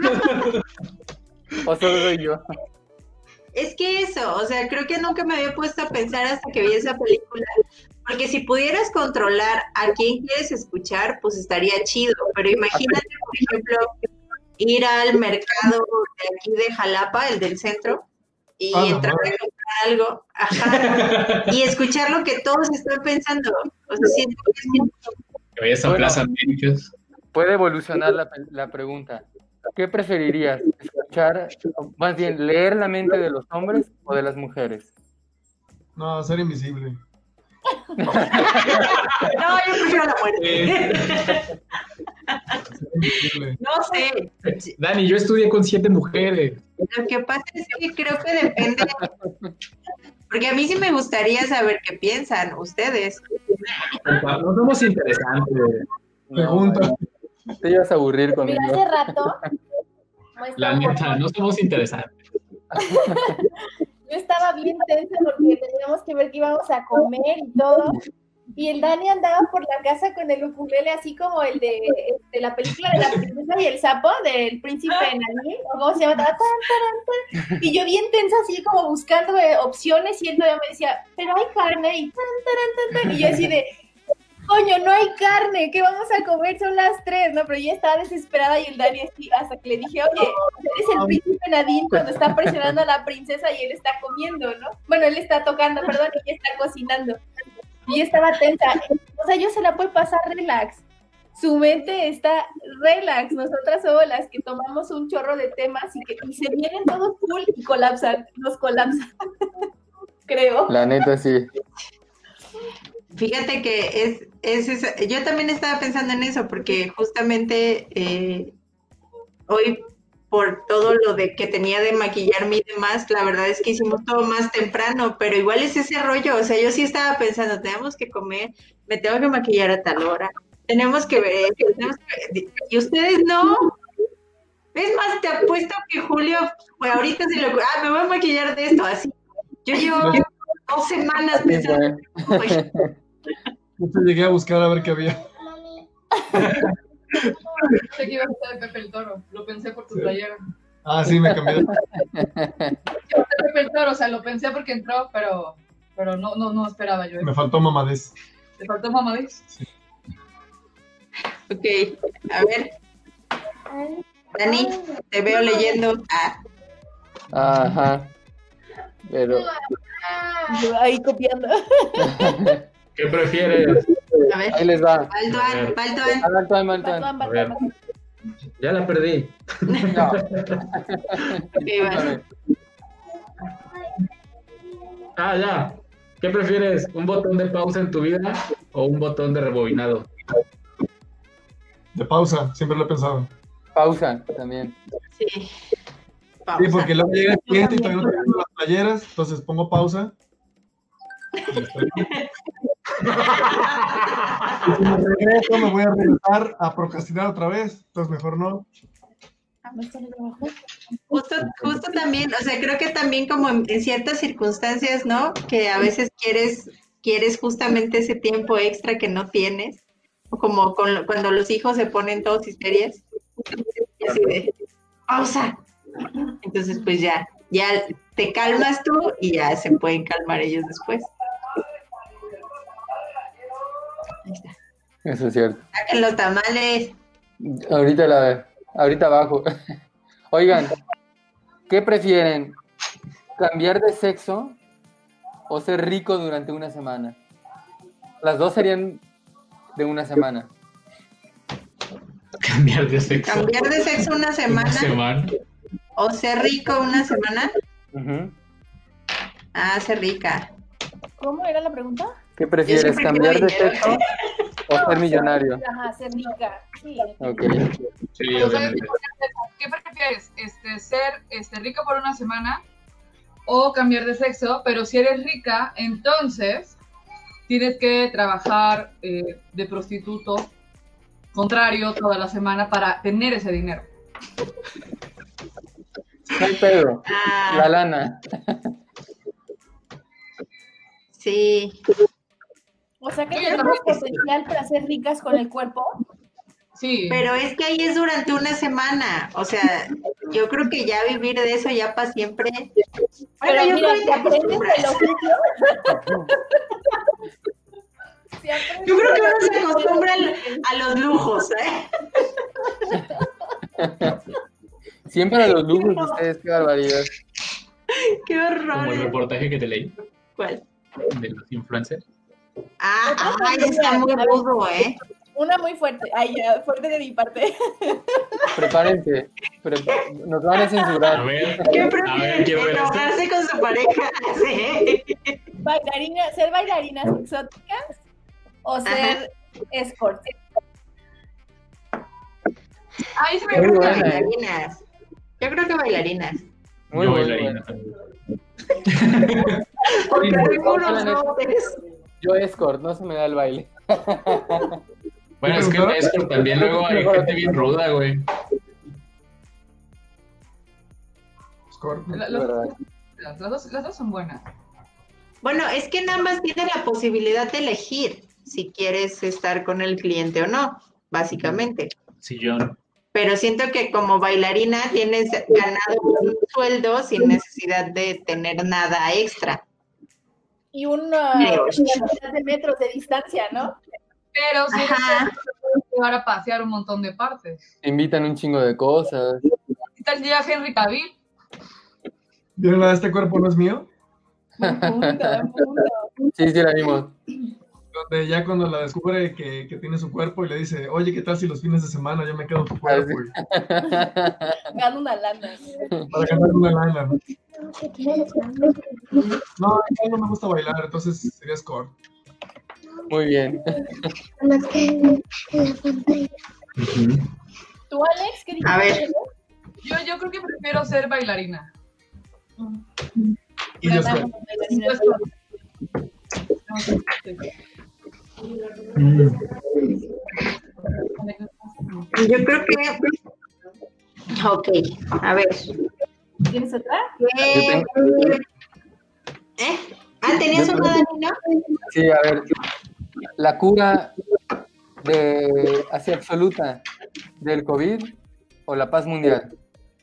O solo soy yo. es que eso, o sea, creo que nunca me había puesto a pensar hasta que vi esa película, porque si pudieras controlar a quién quieres escuchar, pues estaría chido, pero imagínate, por ejemplo, ir al mercado de aquí de Jalapa, el del centro, y Ah, no, entrar a comprar algo, ajá, y escuchar lo que todos están pensando. O sea, siento que es mucho. que vayas a Bueno. Plaza Américas. Puede evolucionar la pregunta. ¿Qué preferirías? ¿Escuchar, o más bien, leer la mente de los hombres o de las mujeres? No, ser invisible. No, yo prefiero la muerte. Ser invisible. No sé. Dani, yo estudié con 7 mujeres. Lo que pasa es que creo que depende, porque a mí sí me gustaría saber qué piensan ustedes. No somos interesantes. Pregunta. Te ibas a aburrir Mira, conmigo. hace rato, La neta, no somos interesantes. yo estaba bien tensa porque teníamos que ver que íbamos a comer y todo. Y el Dani andaba por la casa con el ukulele, así como el de la película de la princesa y el sapo, del príncipe Nani, o cómo se llama, tan, tan, tan. Y yo bien tensa, así como buscando opciones, y él todavía me decía, pero hay carne, y tan, tan, tan, tan. Y yo así de, coño, no hay carne, ¿qué vamos a comer? Son las 3, ¿no? Pero yo estaba desesperada y el Dani así, hasta que le dije, oye, eres el príncipe Nadine cuando está presionando a la princesa y él está comiendo, ¿no? Bueno, él está tocando, perdón, y ella está cocinando. Y yo estaba tensa. O sea, yo se la puedo pasar relax. Su mente está relax. Nosotras somos las que tomamos un chorro de temas y se vienen todos full y colapsan. Nos colapsan. Creo. La neta, sí. Fíjate que yo también estaba pensando en eso, porque justamente hoy, por todo lo de que tenía de maquillarme y demás, la verdad es que hicimos todo más temprano, pero igual es ese rollo. O sea, yo sí estaba pensando, tenemos que comer, me tengo que maquillar a tal hora, tenemos que ver, y ustedes no. Es más, te apuesto que Julio, pues ahorita se lo, me voy a maquillar de esto, así. Yo llevo 2 semanas pensando. Yo te llegué a buscar a ver qué había. Pensé que ibas a ser Pepe el Toro. Lo pensé por tu playera. Ah, sí, me cambié. Yo Pepe el Toro, o sea, lo pensé porque entró, pero no esperaba yo. Me faltó mamadez. ¿Te faltó mamadez? Ok, a ver. Dani, te veo leyendo. Ajá. Pero, Yo ahí copiando. ¿Qué prefieres? A ver. ahí les va. Balduan. Altuan. Batman. Ya la perdí. No. Ok, vas. Ya. ¿Qué prefieres? ¿Un botón de pausa en tu vida o un botón de rebobinado? De pausa, siempre lo he pensado. Pausa también. Sí. Sí, Pausa. porque luego llega el cliente y todavía no tengo las playeras, entonces pongo pausa. Y estoy- Y si me regreso, me voy a regresar a procrastinar otra vez, entonces mejor no. Justo también, o sea, creo que también como en ciertas circunstancias, ¿no? Que a veces quieres justamente ese tiempo extra que no tienes, o como cuando los hijos se ponen todos histerias, así de, pausa. Entonces, pues ya te calmas tú y ya se pueden calmar ellos después. Ahí está. Eso es cierto. Saquen los tamales. Ahorita Ahorita abajo. Oigan, ¿qué prefieren? ¿Cambiar de sexo o ser rico durante una semana? Las dos serían de una semana. Cambiar de sexo. Cambiar de sexo una Una semana semana. o ser rico una semana. Ujú. Ah, ser rica. ¿Cómo era la pregunta? ¿Qué prefieres? siempre ¿Cambiar de quiero dinero. sexo o ser millonario? Ajá, ser rica. Sí. Ok. Sí, O sea, obviamente. ¿qué prefieres? ¿Ser rica por una semana o cambiar de sexo? Pero si eres rica, entonces tienes que trabajar de prostituto contrario toda la semana para tener ese dinero. No hay pedo. La Ah, lana. sí. O sea que Yo tenemos también. potencial para ser ricas con el cuerpo. Sí. Pero es que ahí es durante una semana. O sea, yo creo que ya vivir de eso ya para siempre. Bueno, Pero yo mira, creo si que aprendes el oficio. Si aprendes yo creo que el uno se oficio, acostumbra a los lujos, ¿eh? Siempre a los lujos de ustedes, qué barbaridad. Qué Como el horror. reportaje que te leí ¿Cuál? de los influencers. Ese está muy rudo, ¿eh? Una muy fuerte. Ay, ya, fuerte de mi parte. Prepárense. Nos van a censurar. A ver, ¿Qué quiero prefieren? ver esto. ¿Enojarse con su pareja? Sí. ¿Ser bailarinas exóticas o ser escort? Ahí se me Yo creo que buena, ¿eh? bailarinas. Yo creo que bailarinas. Muy Yo bueno. bailarina también. Porque Sí, tengo no, unos no, no. dotes. Yo escort, no se me da el baile. Bueno, es que en escort también luego hay gente bien ruda, güey. Escort. La- Es las, verdad. las dos son buenas. Bueno, es que en ambas tienes la posibilidad de elegir si quieres estar con el cliente o no, básicamente. Sillón. Pero siento que como bailarina tienes ganado un sueldo sin necesidad de tener nada extra. Y una Creo. cantidad de metros de distancia, ¿no? Pero si eres Ajá. puedes llevar a pasear un montón de partes. Te invitan un chingo de cosas. ¿Qué tal si llega Henry Cavill? ¿Vieron la de este cuerpo no es mío? Buen punto, buen punto. Sí, sí, la vimos. Donde ya cuando la descubre que tiene su cuerpo y le dice, oye, ¿qué tal si los fines de semana yo me quedo tu cuerpo? Y Gano una lana. para ganar una lana. No, a mí no me gusta bailar, entonces sería escort. Muy bien. ¿Tú, Alex? ¿Qué dijiste? A ver. Yo creo que prefiero ser bailarina. Y yo Ganamos escort. bailarinas. Yo creo que... Ok, a ver. ¿Tienes otra? ¿Tenías una, Dani, no? Sí, a ver. La cura así absoluta del COVID o la paz mundial.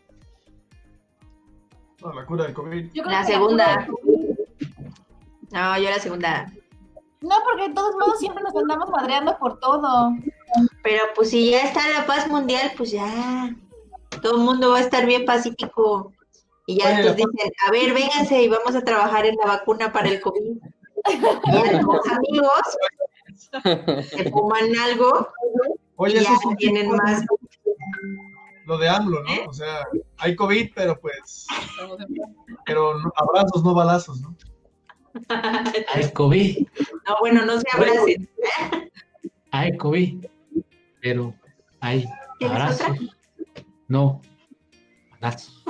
No, la cura del COVID. Yo creo La que segunda. No, yo la segunda. No, porque de todos modos siempre nos andamos madreando por todo. Pero pues si ya está la paz mundial, pues ya todo el mundo va a estar bien pacífico. Y ya Oye, pues dicen, a ver, vénganse y vamos a trabajar en la vacuna para el COVID. Y ya los amigos se fuman algo Oye, y eso ya es un tienen tipo más. lo de AMLO, ¿no? O sea, hay COVID, pero pues, abrazos, no balazos, ¿no? Hay COVID. No, bueno, no se abracen. Hay COVID. Pero hay ¿Tienes abrazos. otra? No. Abrazos.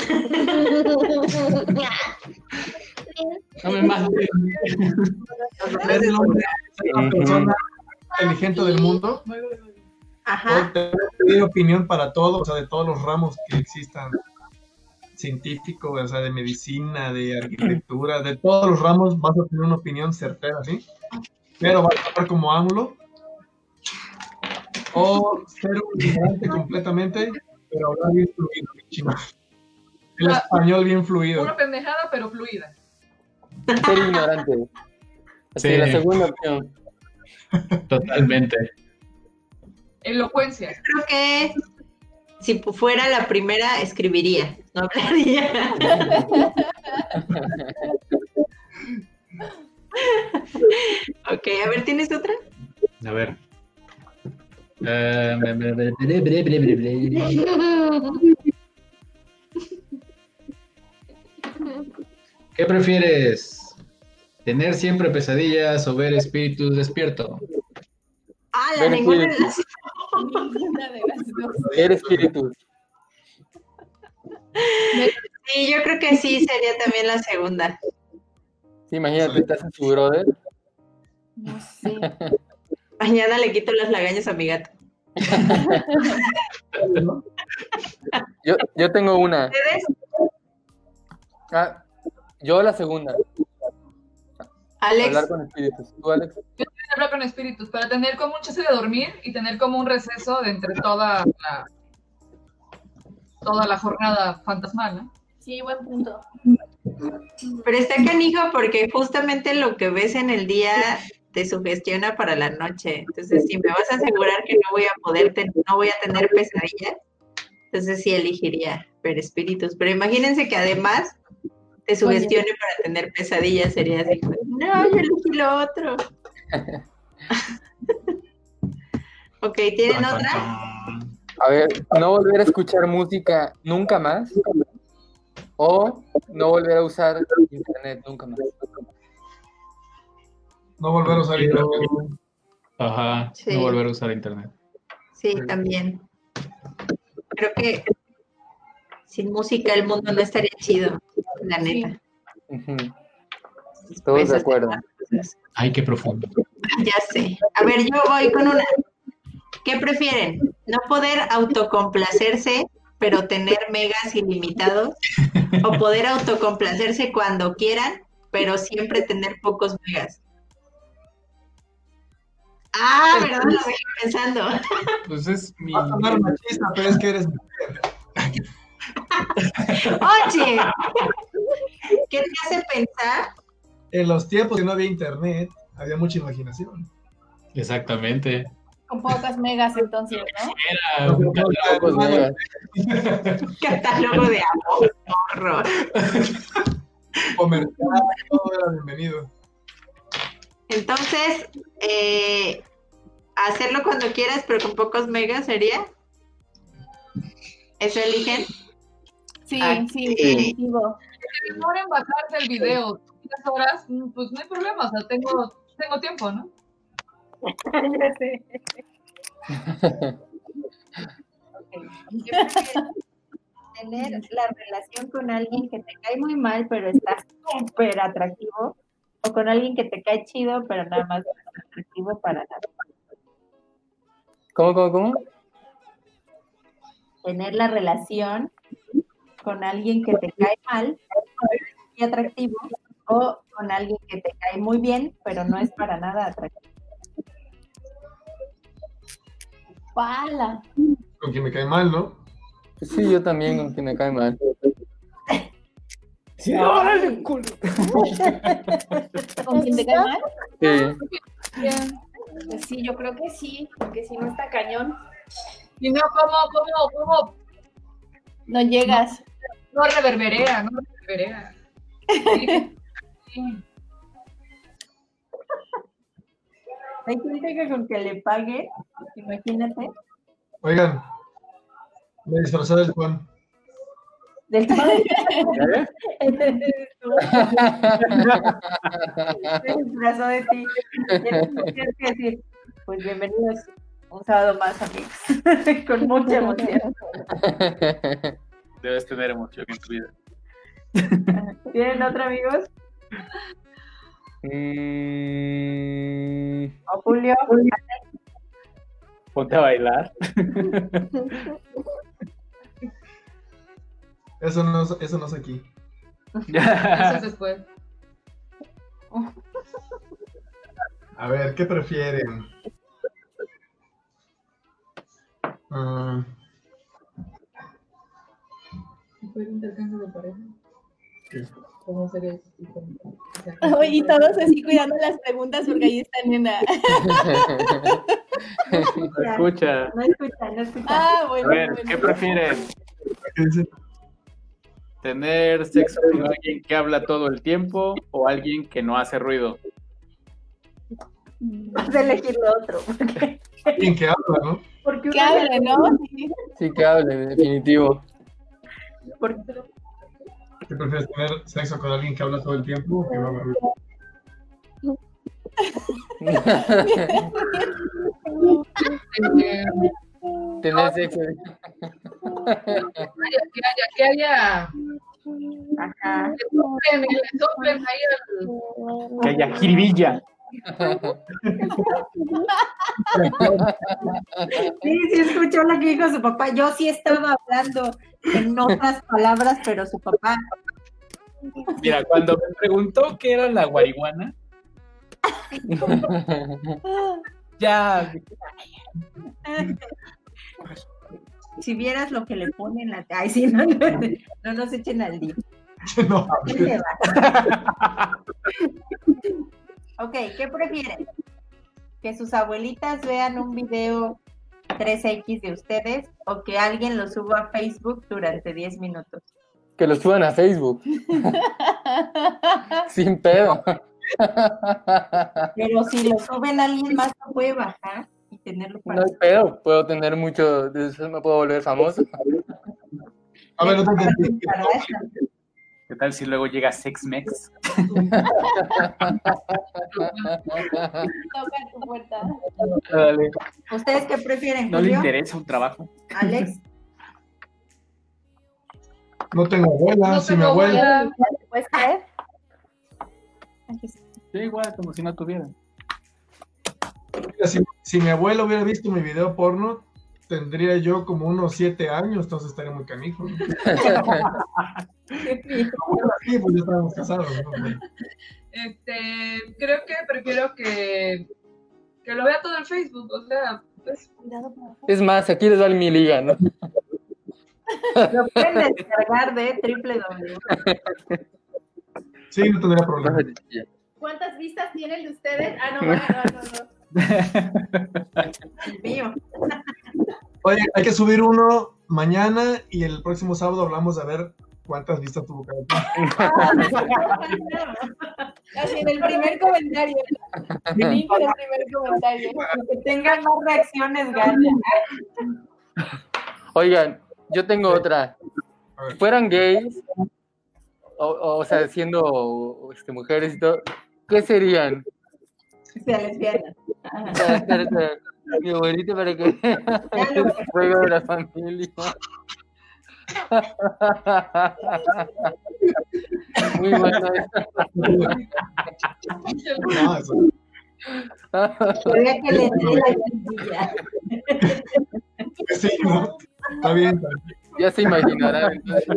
No me mates. Es una persona inteligente del mundo. Ajá. Tener opinión para todo, o sea, de todos los ramos que existan, científico, o sea, de medicina, de arquitectura, de todos los ramos vas a tener una opinión certera, ¿sí? Pero vas a hablar como AMLO, o ser un ignorante completamente, pero hablar bien fluido, bien chino. El español bien fluido. Una pendejada, pero fluida. Ser ignorante. Así, Sí. la segunda opción. Totalmente. Elocuencia. Creo que Si fuera la primera, escribiría, no hablaría. Ok, a ver, ¿tienes otra? A ver. ¿Qué prefieres? ¿Tener siempre pesadillas o ver espíritus despierto? Ah, Ver ninguna de las... Ninguna de las dos. Ver espíritus. Sí, yo creo que sí, sería también la segunda. Sí, imagínate, estás en tu brother. No sé. Mañana le quito las lagañas a mi gato. Yo tengo una. ¿Ustedes? Yo la segunda. Alex, Hablar con espíritus. ¿Tú, Alex? Yo quiero hablar con espíritus para tener como un chance de dormir y tener como un receso de entre toda la jornada fantasmal, ¿no? Sí, buen punto. pero está canijo porque justamente lo que ves en el día te sugestiona para la noche. Entonces, si me vas a asegurar que no voy a tener pesadillas, entonces sí elegiría ver espíritus. Pero imagínense que además te sugestione para tener pesadillas, sería así, no, yo elegí lo otro. Ok, ¿tienen otra? A ver, no volver a escuchar música nunca más o no volver a usar internet nunca más. No volver a usar internet. Ajá, Sí. no volver a usar internet. Sí, también. Creo que sin música el mundo no estaría chido, la neta. Ujú. Pues, Todos de acuerdo. Ay, qué profundo. Ya sé. A ver, yo voy con una. ¿Qué prefieren? ¿No poder autocomplacerse, pero tener megas ilimitados? ¿O poder autocomplacerse cuando quieran, pero siempre tener pocos megas? Ah, ¿verdad? Lo dejé pensando. Pues es mi... Va a sonar machista, pero es que eres mujer. Oye, ¿qué te hace pensar? En los tiempos que no había internet, había mucha imaginación. Exactamente. Con pocas megas entonces, ¿no? Era un Pocos megas. Catálogo de amor, horror. Comercial, todo era bienvenido. Entonces, hacerlo cuando quieras, pero con pocos megas, ¿sería? ¿Eso eligen? Sí, Ah, sí, sí. definitivo. Si demoran bajarse el video 3 horas, pues no hay problema, o sea, tengo tiempo, ¿no? Ya sé. Yo creo que tener la relación con alguien que te cae muy mal, pero está súper atractivo, o con alguien que te cae chido, pero nada más no es atractivo para nada. ¿Cómo? Tener la relación con alguien que te cae mal, pero es muy atractivo, o con alguien que te cae muy bien, pero no es para nada atractivo. ¡Pala! Con quien me cae mal, ¿no? Sí, yo también, con quien me cae mal. Sí, órale, culo. ¿Con quién te cae mal? Sí. Pues sí, yo creo que sí, porque si no está cañón, Y no, ¿cómo? no llegas. No reverberea. Sí. Hay gente que con que le pague, imagínate, Oigan, me disfrazé del Juan. del padre. Se disfrazó de ti. Tienes que decir, pues bienvenidos un sábado más, amigos. Con mucha emoción. Debes tener emoción en tu vida. ¿Tienen otro, amigos? ¿O Julio? Ponte a bailar. Eso no es aquí. Eso es después. A ver, ¿qué prefieren? ¿Fue el intercambio de pareja? ¿Cómo sería eso? Y todos así cuidando las preguntas porque ahí están en la... Escucha. No escucha, no escucha. Ah, A bueno, ver, bueno. ¿qué prefieren? ¿Qué dice? ¿Tener sexo con alguien que habla todo el tiempo o alguien que no hace ruido? Vas a elegir lo otro. Alguien que habla, ¿no? Porque Que hable, ¿no? Sí. Sí, que hable, definitivo. ¿Qué prefieres, tener sexo con alguien que habla todo el tiempo o que no habla? Tener sexo. Que haya Ajá. le soplen ahí Que haya jiribilla. Sí, escuchó lo que dijo su papá. Yo sí estaba hablando en otras palabras, pero su papá. Mira, cuando me preguntó qué era la guariguana, ya. Si vieras lo que le ponen la. Ay, sí, no nos echen al día. No. Ok, ¿qué prefieren? ¿Que sus abuelitas vean un video 3X de ustedes o que alguien lo suba a Facebook durante 10 minutos? Que lo suban a Facebook. Sin pedo. Pero si lo suben a alguien más, lo puede bajar y tenerlo No para hay pedo. Puedo tener mucho. De eso me puedo volver famoso. A ver, no te entendí. ¿Qué tal si luego llega Sex-Mex? Toca tu puerta. Dale. ¿Ustedes qué prefieren, ¿No le Julio? interesa un trabajo? Alex, No tengo abuela, No si tengo mi abuela. abuela. ¿Puedes creer? Sí, igual, como si no tuviera. Mira, si mi abuelo hubiera visto mi video porno, tendría yo como unos 7 años, entonces estaría muy canijo, ¿no? Sí, pues ya estábamos casados, ¿no? Creo que prefiero que lo vea todo en Facebook, o sea, pues, Es más, aquí les va mi liga, ¿no? lo pueden descargar de www. Sí, no tendría problema. ¿Cuántas vistas tiene el de ustedes? Ah, no. El mío. Oye, hay que subir uno mañana y el próximo sábado hablamos de ver cuántas vistas tuvo cada quien. Así en el primer comentario. Link en el primer comentario. Que tengan más reacciones, ganan. Oigan, yo tengo otra. Si fueran gays, o sea, siendo mujeres y todo, ¿qué serían? Sea lesbiana. Mi abuelito para que juego de la familia. Muy bueno. No, eso. Quería que le dé la guindilla. Sí, ¿no? Está bien. Ya se imaginarán. Entonces.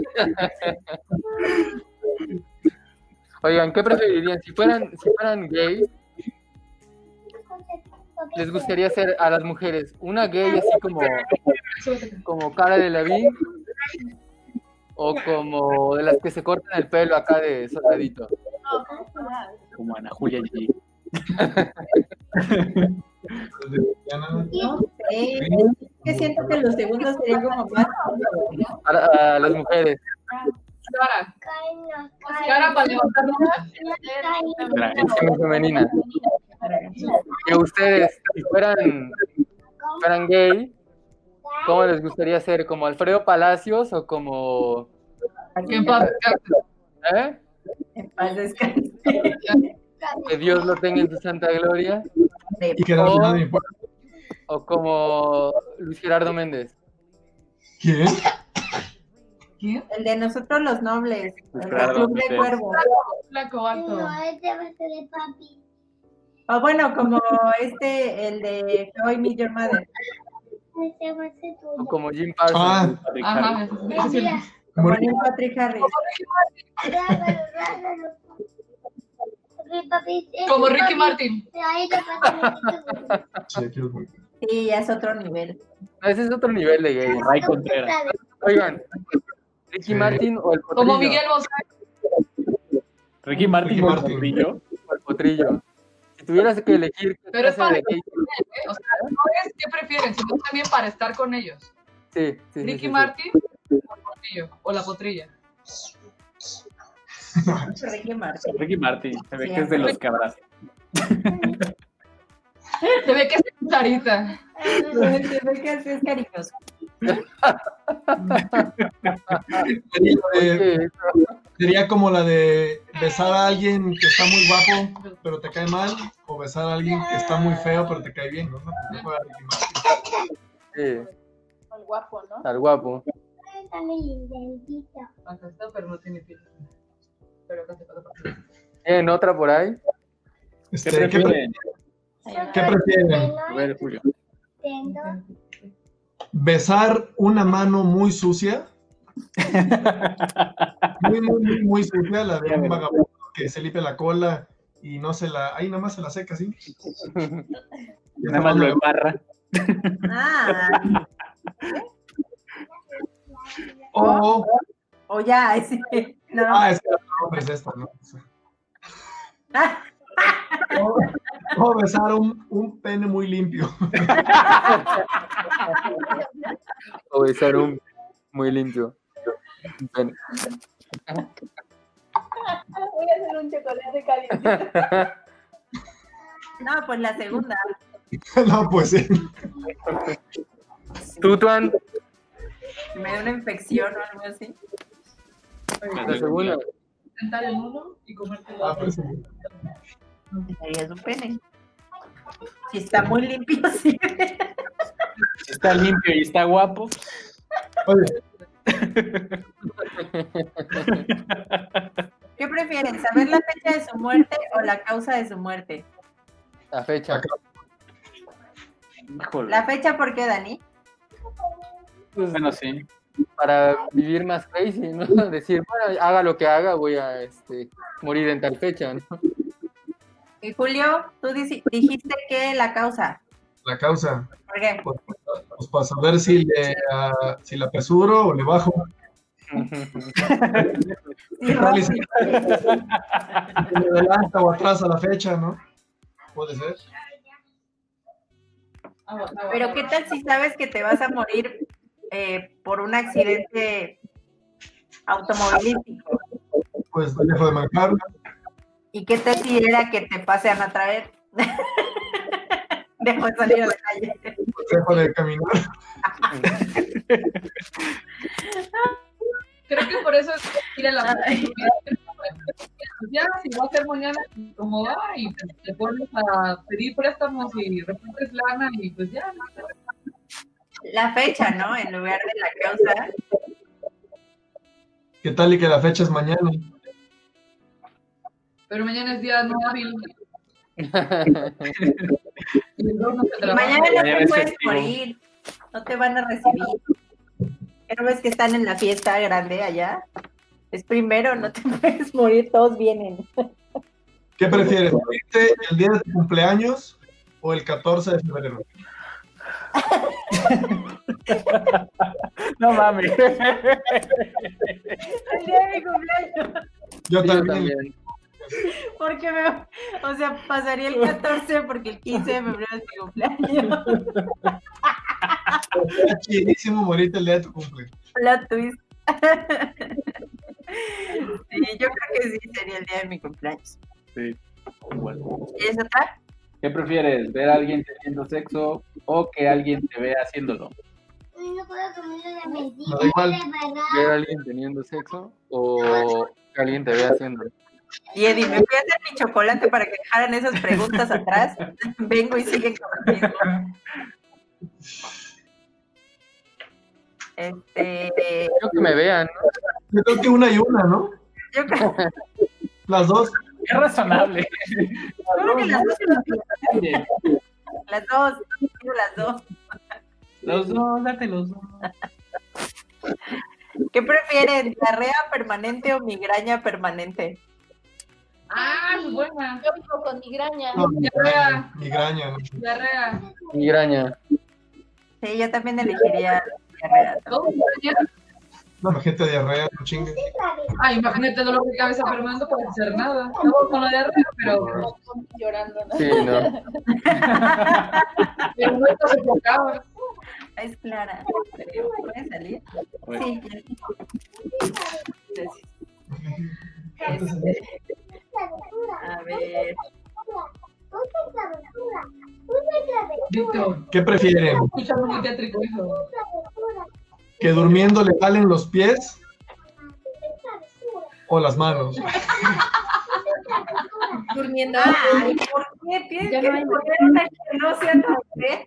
Oigan, ¿qué preferirían? Si fueran gays, ¿les gustaría ser a las mujeres una gay así como Cara Delevingne o como de las que se cortan el pelo acá de soldadito? Como Ana Julia G. No sé. Que siento que los segundos serían como más. A las mujeres. cara para levantar Es femenina. Que ustedes, si fueran gay, ¿cómo les gustaría ser? ¿Como Alfredo Palacios o como... en paz descanse. ¿Eh? En paz descanse. Que Dios lo tenga en su santa gloria. Y que no nadie importa. O como Luis Gerardo Méndez. ¿Quién? El de nosotros los nobles. El Claro, Club de sí. Cuervos. Flaco alto. No, este va a ser de papi. O bueno, como el de How I Met Your Mother. Este va a ser O tuyo. como Jim Parsons. Ah, Ajá, Mira, Como Neil Patrick Harris. abrázalo. Ok, papi, este como es Ricky papi. Martin. Ahí te pasa. sí, quiero ver. Sí, ya es otro nivel. Ese es otro nivel de gay. Ray Contreras. Oigan, Ricky Sí. Martin o el Potrillo. Como Miguel Bosé. Ricky Martin Ricky o el Martin. Potrillo. O el Potrillo. Si Si tuvieras que elegir qué Pero es clase para de date- o sea, no es qué prefieren, sino también para estar con ellos. Sí, sí, Ricky sí. Martin o el Portillo, o la potrilla. Ricky Martin. Ricky Martin, se ve que es de los que abraza. Se ve que es carita. Se ve que así es cariñoso. Sería como la de besar a alguien que está muy guapo, pero te cae mal, o besar a alguien que está muy feo, pero te cae bien, ¿no? No juega Ricky Martin. Sí, El guapo, ¿no? estar guapo. Acá está, pero no tiene piel. Pero acá se pasa por aquí. ¿Tienen otra por ahí? ¿Qué prefieren? ¿Qué prefieren? A ver, Julio. ¿Besar una mano muy sucia? Muy sucia, la de un vagabundo que se limpia la cola y no se la... Ahí nada más se la seca, ¿sí? Nada más lo embarra. Ah, O... ya, ese. No. Ah, es que la palabra es esta, ¿no? O besar un pene muy limpio. O besar un muy limpio. Ven. Voy a hacer un chocolate caliente. No, pues la segunda. No, pues sí. ¿Tú, Tuan? Me da una infección o algo así. La segunda. Sentar en uno y comerte el Ah, otro. pues sí. Sería su pene. Si está muy limpio, sí. Está limpio y está guapo. Oye, ¿Qué prefieren? ¿Saber la fecha de su muerte o la causa de su muerte? La fecha. Híjole. ¿La fecha por qué, Dani? Pues, Bueno, sí. para vivir más crazy, ¿no? Decir, bueno, haga lo que haga, voy a morir en tal fecha, ¿no? Y Julio, tú dijiste que la causa. la causa. ¿Por qué? Pues para saber si le apresuro o le bajo. ¿Qué tal? Y si me adelanta o atrás a la fecha, ¿no? Puede ser. Pero ¿qué tal si sabes que te vas a morir por un accidente automovilístico? Pues dejo de manejar. ¿Y qué tal si era que te pasean a traer? Dejo de salir a la calle. Pues dejo de caminar. Creo que por eso es ir a la ya, si va a ser mañana, como va, y te pones a pedir préstamos y repartes lana y pues ya. ¿No? La fecha, ¿no? En lugar de la causa. ¿Qué tal y que la fecha es mañana? Pero mañana es día no hábil. Y luego no se Y trabaja. mañana no Mañana te es puedes festivo. morir. No te van a recibir. ¿Qué no ves que están en la fiesta grande allá? Es primero, no te puedes morir, todos vienen. ¿Qué prefieres? ¿Morirte el día de tu cumpleaños o el 14 de febrero? No mames. El día de mi cumpleaños. Yo Sí, también. Porque o sea, pasaría el 14 porque el 15 de febrero es mi cumpleaños. Está chidísimo morirte el día de tu cumpleaños. Plot twist. Sí, yo creo que sí sería el día de mi cumpleaños. Sí, igual. ¿Quieres otra? ¿Qué prefieres? ¿Ver a alguien teniendo sexo o que alguien te vea haciéndolo? No puedo comer la mentira. Me da igual. ¿Ver a alguien teniendo sexo o que alguien te vea haciéndolo? Y Eddie, me fui a hacer mi chocolate para que dejaran esas preguntas atrás. Vengo y siguen con lo mismo. Creo que me vean, ¿no? Yo creo que una y una, ¿no? Yo creo Las dos. Es razonable. que las dos. Las dos. Digo las dos. Los dos, date los dos. ¿Qué prefieren? ¿Diarrea permanente o migraña permanente? Ah, muy buena. Yo vivo con migraña. No, migraña. Migraña, ¿no? Diarrea. Migraña. Sí, yo también elegiría diarrea. ¿Todo mañana? No, imagínate diarrea, no chingues. Ay, imagínate dolor de cabeza, Fernando, para hacer nada. Estamos con la diarrea, pero Llorando, ¿no? Sí, no. el muerto se enfocaba. Es Clara, creo. ¿Puede salir? Sí, a ver. Víctor, ¿Qué prefieren? escuchando muy tétrico eso. ¿Que durmiendo le jalen los pies o las manos? Durmiendo. Ay, ¿por qué? Tienes Ya que no hay- poner una que no sea tan fea.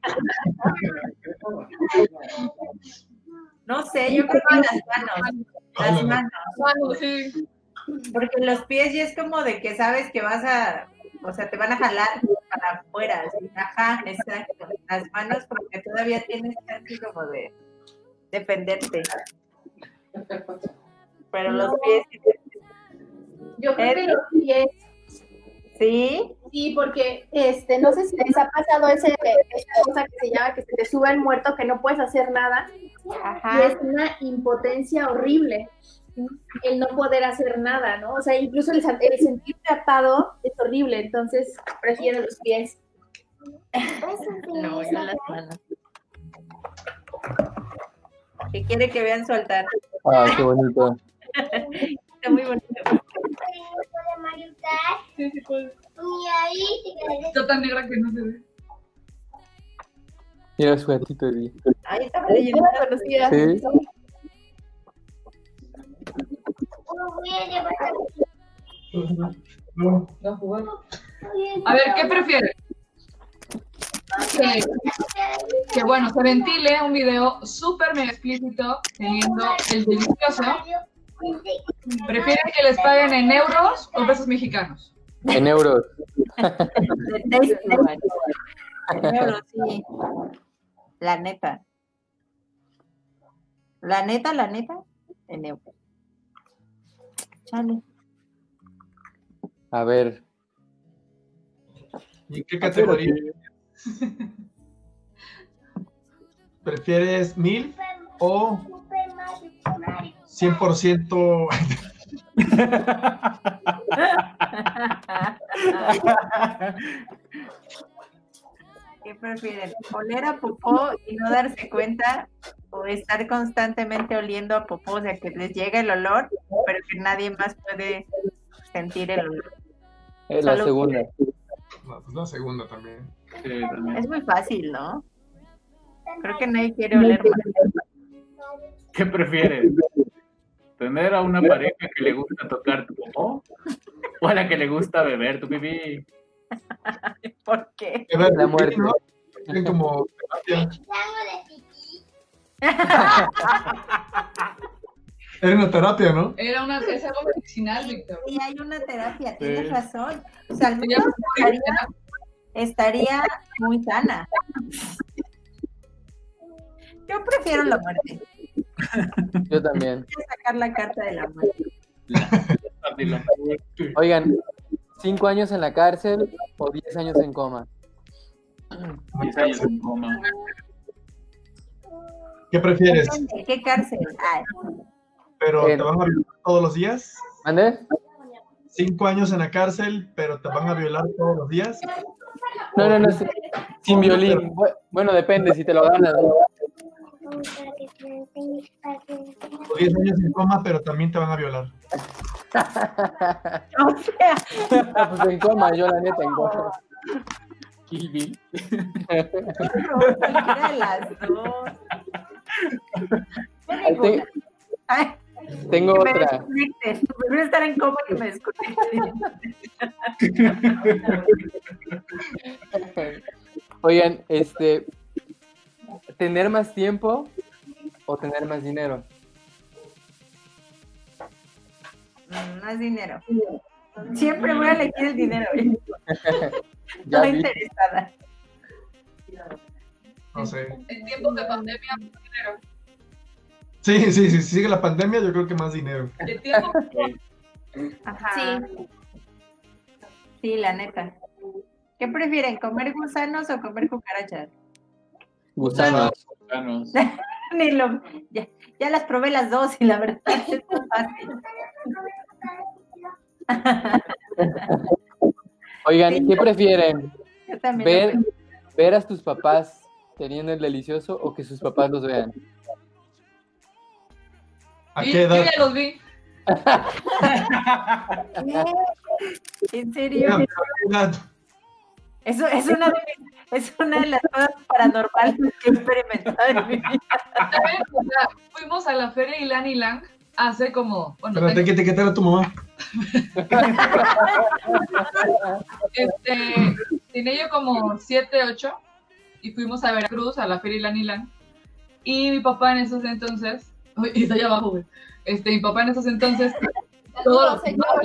No sé, yo creo que las manos. Las manos. Mano, sí. Porque los pies ya es como de que sabes que vas a, o sea, te van a jalar para afuera. Así. Ajá, exacto. Las manos porque todavía tienes casi como de defenderte. Pero los pies, Yo creo que los pies. ¿sí? Sí, porque no sé si les ha pasado esa cosa que se llama que se te sube el muerto, que no puedes hacer nada. Y Ajá. es una impotencia horrible el no poder hacer nada, ¿no? O sea, incluso el sentirte atado es horrible, entonces prefiero los pies. No, yo las manos. Que quiere que vean soltar. Ah, qué bonito. Está muy bonito. Sí, sí puede. Está tan negra que no se ve. Mira su gatito de Ahí estaba leyendo. Sí. Va a jugar. A ver, ¿qué prefieres? Que bueno, se ventile un video súper mega explícito teniendo el delicioso. ¿Prefieren que les paguen en euros o pesos mexicanos? En euros. En euros, sí. La neta. La neta, en euros. Chale. A ver. ¿Y en qué categoría? ¿Prefieres 1000 o 100%? ¿Qué prefieren? ¿Oler a popó y no darse cuenta? ¿O estar constantemente oliendo a popó? O sea, que les llega el olor, pero que nadie más puede sentir el olor. Es la Solo segunda. No, pues la segunda también. Sí, también. Es muy fácil, ¿no? Creo que nadie quiere oler más. ¿Qué prefieres? ¿Tener a una pareja que le gusta tocar tu popó? ¿O a la que le gusta beber tu pipí? ¿Por qué? A ver, La muerte. ¿no? Tienen como terapia. Era una terapia, ¿no? Es algo medicinal, Víctor. Sí, hay una terapia, tienes razón. O sea, al Se menos llama estaría muy sana. Yo prefiero la muerte. Yo también. Voy a sacar la carta de la muerte. Oigan, 5 años en la cárcel o 10 años en coma. 10 años en coma. ¿Qué prefieres? Depende, ¿qué cárcel? Ay, ¿Pero te van a violar todos los días? ¿Mande? 5 años en la cárcel, pero te van a violar todos los días. No, sí. Sin violín. Bueno, depende si te lo ganas, ¿no? O 10 años en coma, pero también te van a violar. o sea, No, pues en coma, yo la neta en coma. Kill Bill. cualquiera de las dos. Ahí Ay, tengo que me otra. desconecten. Prefiero estar en coma que me desconecten. Oigan, ¿tener más tiempo o tener más dinero? Más dinero. Siempre voy a elegir el dinero. Ya Estoy vi. interesada. No sé. En tiempos de pandemia, dinero. Sí, si sigue la pandemia, yo creo que más dinero. En tiempos Ajá. Sí. Sí, la neta. ¿Qué prefieren, comer gusanos o comer cucarachas? Gusanos. Gusanos. Ya las probé las dos y la verdad es muy fácil. Oigan, ¿qué prefieren? Yo también. ¿Ver a tus papás teniendo el delicioso o que sus papás los vean? ¿A Y qué yo edad? ya los vi. ¿En serio? ¿A qué edad? Eso es una de las cosas paranormales que he experimentado en mi vida. También, o sea, fuimos a la feria Ilan Ilan hace como, bueno, Espérate, que te quitar a tu mamá. tenía yo como 7, 8 y fuimos a Veracruz a la feria Ilan Ilan y mi papá en esos entonces, uy, y está allá abajo, güey. Mi papá en esos entonces todo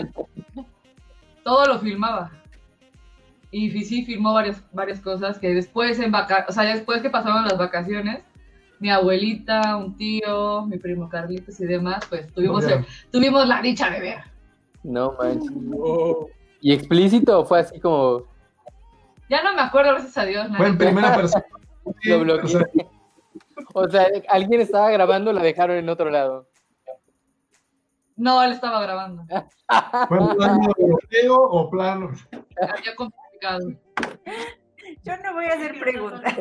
lo filmaba. Y sí filmó varias cosas que después después que pasaron las vacaciones, mi abuelita, un tío, mi primo Carlitos y demás, pues tuvimos la dicha de ver. No manches. ¿Y explícito o fue así como Ya no me acuerdo, gracias a Dios. Fue en primera persona. lo bloqueé? O sea, alguien estaba grabando, la dejaron en otro lado. No, él estaba grabando. ¿Fue en plano europeo o plano? Había complicado. Yo no voy a hacer preguntas.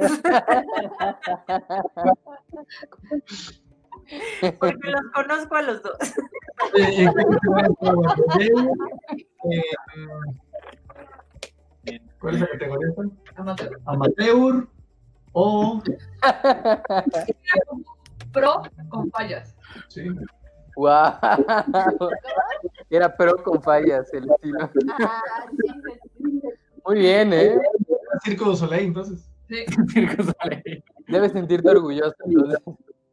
Porque los conozco a los dos. ¿Cuál es la categoría? Amateur. Amateur o... Pro con fallas. Sí. Wow. Era pro con fallas el estilo. Muy bien, ¿eh? Circo du Soleil, entonces. Sí. Circo Soleil. Debes sentirte orgulloso. Entonces.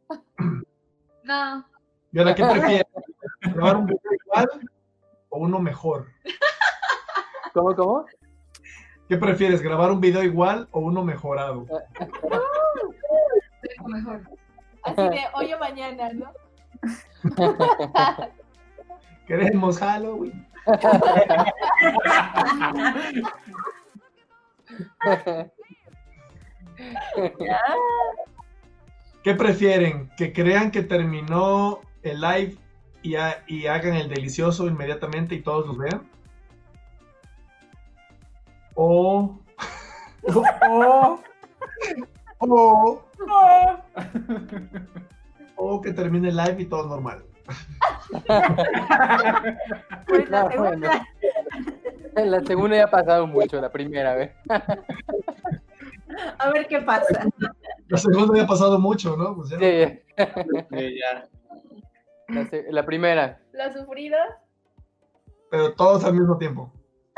No. ¿Y ahora qué prefieres? ¿Grabar un video igual o uno mejor? ¿Cómo? ¿Qué prefieres? ¿Grabar un video igual o uno mejorado? Mejor. Así de hoy o mañana, ¿no? Queremos Halloween. ¿Qué prefieren? ¿Que crean que terminó el live y hagan el delicioso inmediatamente y todos los vean? ¿O o que termine el live y todo normal? Pues la No, segunda. bueno. La segunda ya ha pasado mucho, la primera vez. A ver qué pasa. La segunda ya ha pasado mucho, ¿no? Pues ya. Sí, Ya. la primera. Los sufridos. Pero todos al mismo tiempo.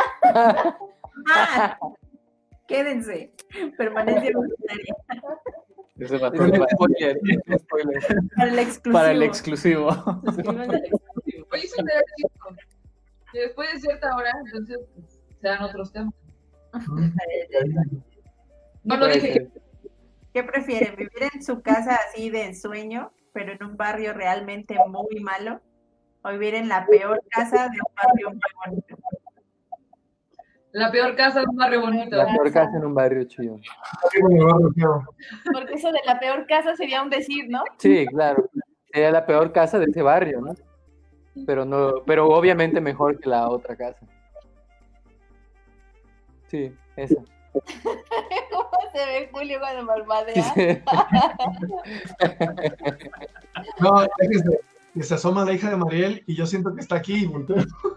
Ah, quédense. Permanencia voluntaria. Eso va a Es un ser spoiler, es un spoiler. Para el exclusivo. para el exclusivo. Suscríbanse al exclusivo. Oye, eso me da tiempo. Y después de cierta hora, entonces, pues, se dan otros temas. No lo Puede dije. ser. ¿Qué prefieren? ¿Vivir en su casa así de ensueño, pero en un barrio realmente muy malo? ¿O vivir en la peor casa de un barrio muy bonito? La peor casa es un barrio bonito. La peor casa en un barrio chido. Porque eso de la peor casa sería un decir, ¿no? Sí, claro. Sería la peor casa de ese barrio, ¿no? Pero obviamente mejor que la otra casa. Sí, esa. ¿Cómo se ve Julio cuando malvadea? Sí. No, es que se asoma la hija de Mariel y yo siento que está aquí y volteo.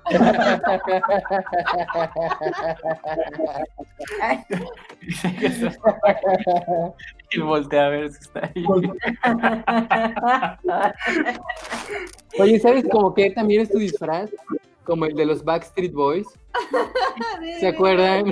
Y voltea a ver si está ahí. Oye, ¿sabes como que también es tu disfraz? Como el de los Backstreet Boys. ¿Se acuerdan?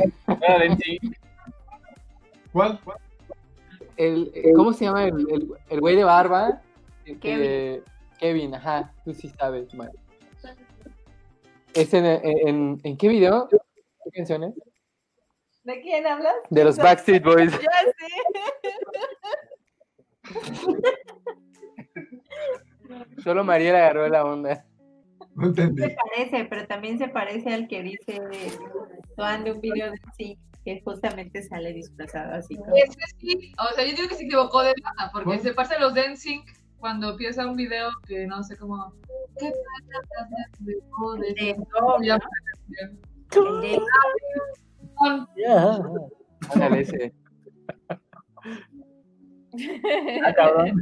¿Cuál? ¿Cómo se llama el güey de barba? Kevin. Kevin, ajá, tú sí sabes, man. ¿Es en qué video? ¿Qué canciones? ¿De quién hablas? De los Backstreet Boys. Ya sé. Solo Mariela agarró la onda. No entendí. Se parece, pero también se parece al que dice Tuan de un video de sí. que justamente sale disfrazado así como... Ese sí, o sea, yo digo que se equivocó de nada, porque se parece a los dancing cuando empieza un video que no sé cómo... ¿Qué Ándale, ese. Ah, cabrón.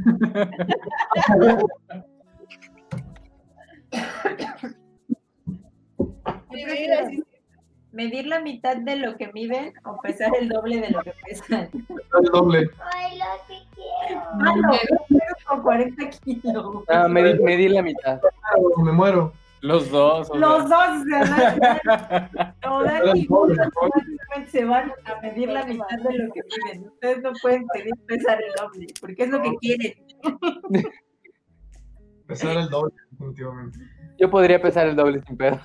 ¿Medir la mitad de lo que miden o pesar el doble de lo que pesan? El doble. Ay, lo que quiero. Ah, no, pero con 40 kilos. Ah, medir la mitad. Me muero. Los dos. o Los sea. dos, ¿verdad? No, Dani, se van a medir la mitad de lo que piden. Ustedes no pueden pedir pesar el doble, porque es lo que quieren. Pesar el doble, definitivamente. Yo podría pesar el doble sin pedo.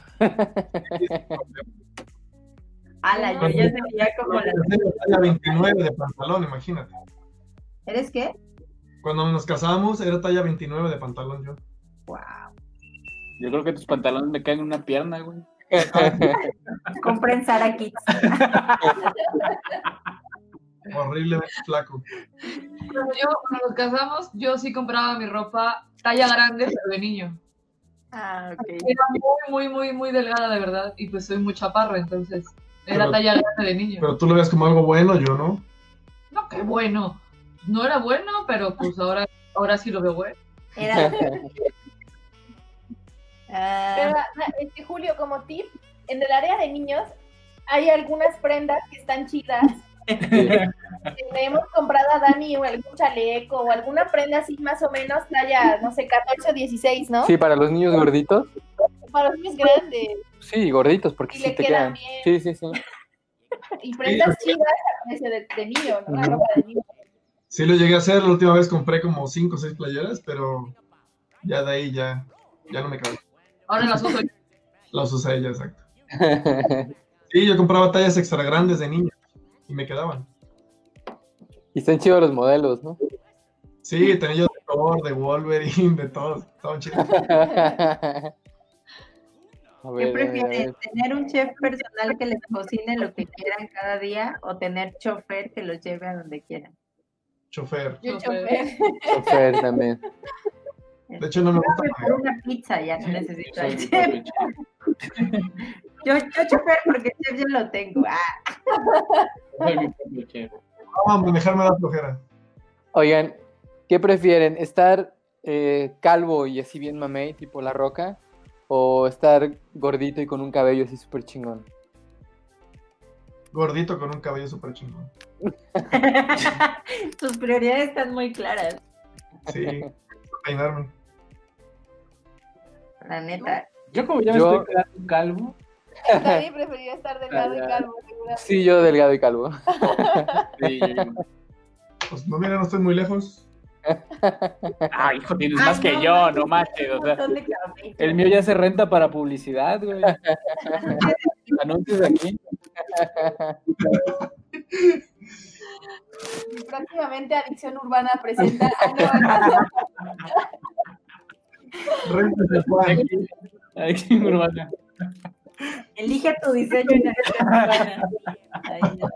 Ala, yo ya sería como la... Tengo talla 29 de pantalón, imagínate. ¿Eres qué? Cuando nos casábamos era talla 29 de pantalón yo. Wow. Yo creo que tus pantalones me caen en una pierna, güey. Compren Sara Kids. Horriblemente flaco. Cuando nos casamos, yo sí compraba mi ropa talla grande, pero de niño. Ah, ok. Era muy delgada, de verdad, y pues soy muy chaparra, entonces era Pero- talla grande de niño. Pero tú lo ves como algo bueno, yo no. No, qué bueno. No era bueno, pero pues ahora sí lo veo bueno. Era... Pero, Julio, como tip, en el área de niños hay algunas prendas que están chidas. Le hemos comprado a Dani algún chaleco o alguna prenda así más o menos talla, no sé, 14 o 16, ¿no? Sí, para los niños gorditos. Para los niños grandes. Sí, gorditos, porque Y sí le te quedan quedan. bien. Sí, sí, sí. Y prendas chidas a precio de niño, ¿no? La ropa de niño. Sí lo llegué a hacer, la última vez compré como 5 o 6 playeras, pero ya de ahí ya no me cabe. Ahora las uso yo. Las usé ella, exacto. Sí, yo compraba tallas extra grandes de niño y me quedaban. Y están chidos los modelos, ¿no? Sí, tenía yo de Thor, de Wolverine, de todos. Estaban chidos. A ¿Qué ver, prefieren? ¿Tener un chef personal que les cocine lo que quieran cada día o tener chofer que los lleve a donde quieran? Chofer. Yo chofer. chofer también. De hecho, no me gusta Por manejar. una pizza ya no necesito al Soy mi chef. propio chef. Yo chofer porque el chef yo lo tengo. Soy mi propio chef. No, manejar me da flojera. Oigan, ¿qué prefieren? ¿Estar calvo y así bien mamey, tipo La Roca? ¿O estar gordito y con un cabello así súper chingón? Gordito con un cabello súper chingón. Tus prioridades están muy claras, Sí, peinarme. la neta. Yo como ya me Yo- estoy quedando calvo, Nadie preferiría estar delgado y calvo, seguramente. Sí, yo delgado y calvo. sí, Pues no, mira, no estoy muy lejos. Ay, hijo, tienes Ay, más que no, yo, manches, no manches. O un sea, montón de cabello. el mío ya se renta para publicidad, güey. Anuncios aquí. Próximamente Adicción Urbana presenta a Nueva Réntese, Juan. Aquí en Urbana. Elige tu diseño en esta semana. Ay, no.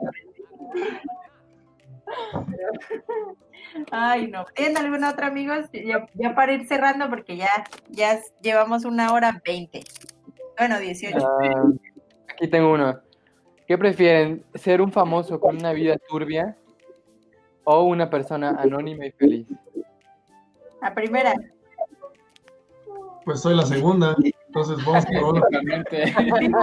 Ay, no. ¿Tienen alguna otra, amigos? Ya para ir cerrando, porque ya llevamos 1:20. Bueno, 18. Ah, aquí tengo uno. ¿Qué prefieren? ¿Ser un famoso con una vida turbia o una persona anónima y feliz? La primera. Pues soy la segunda. Entonces vamos por Totalmente.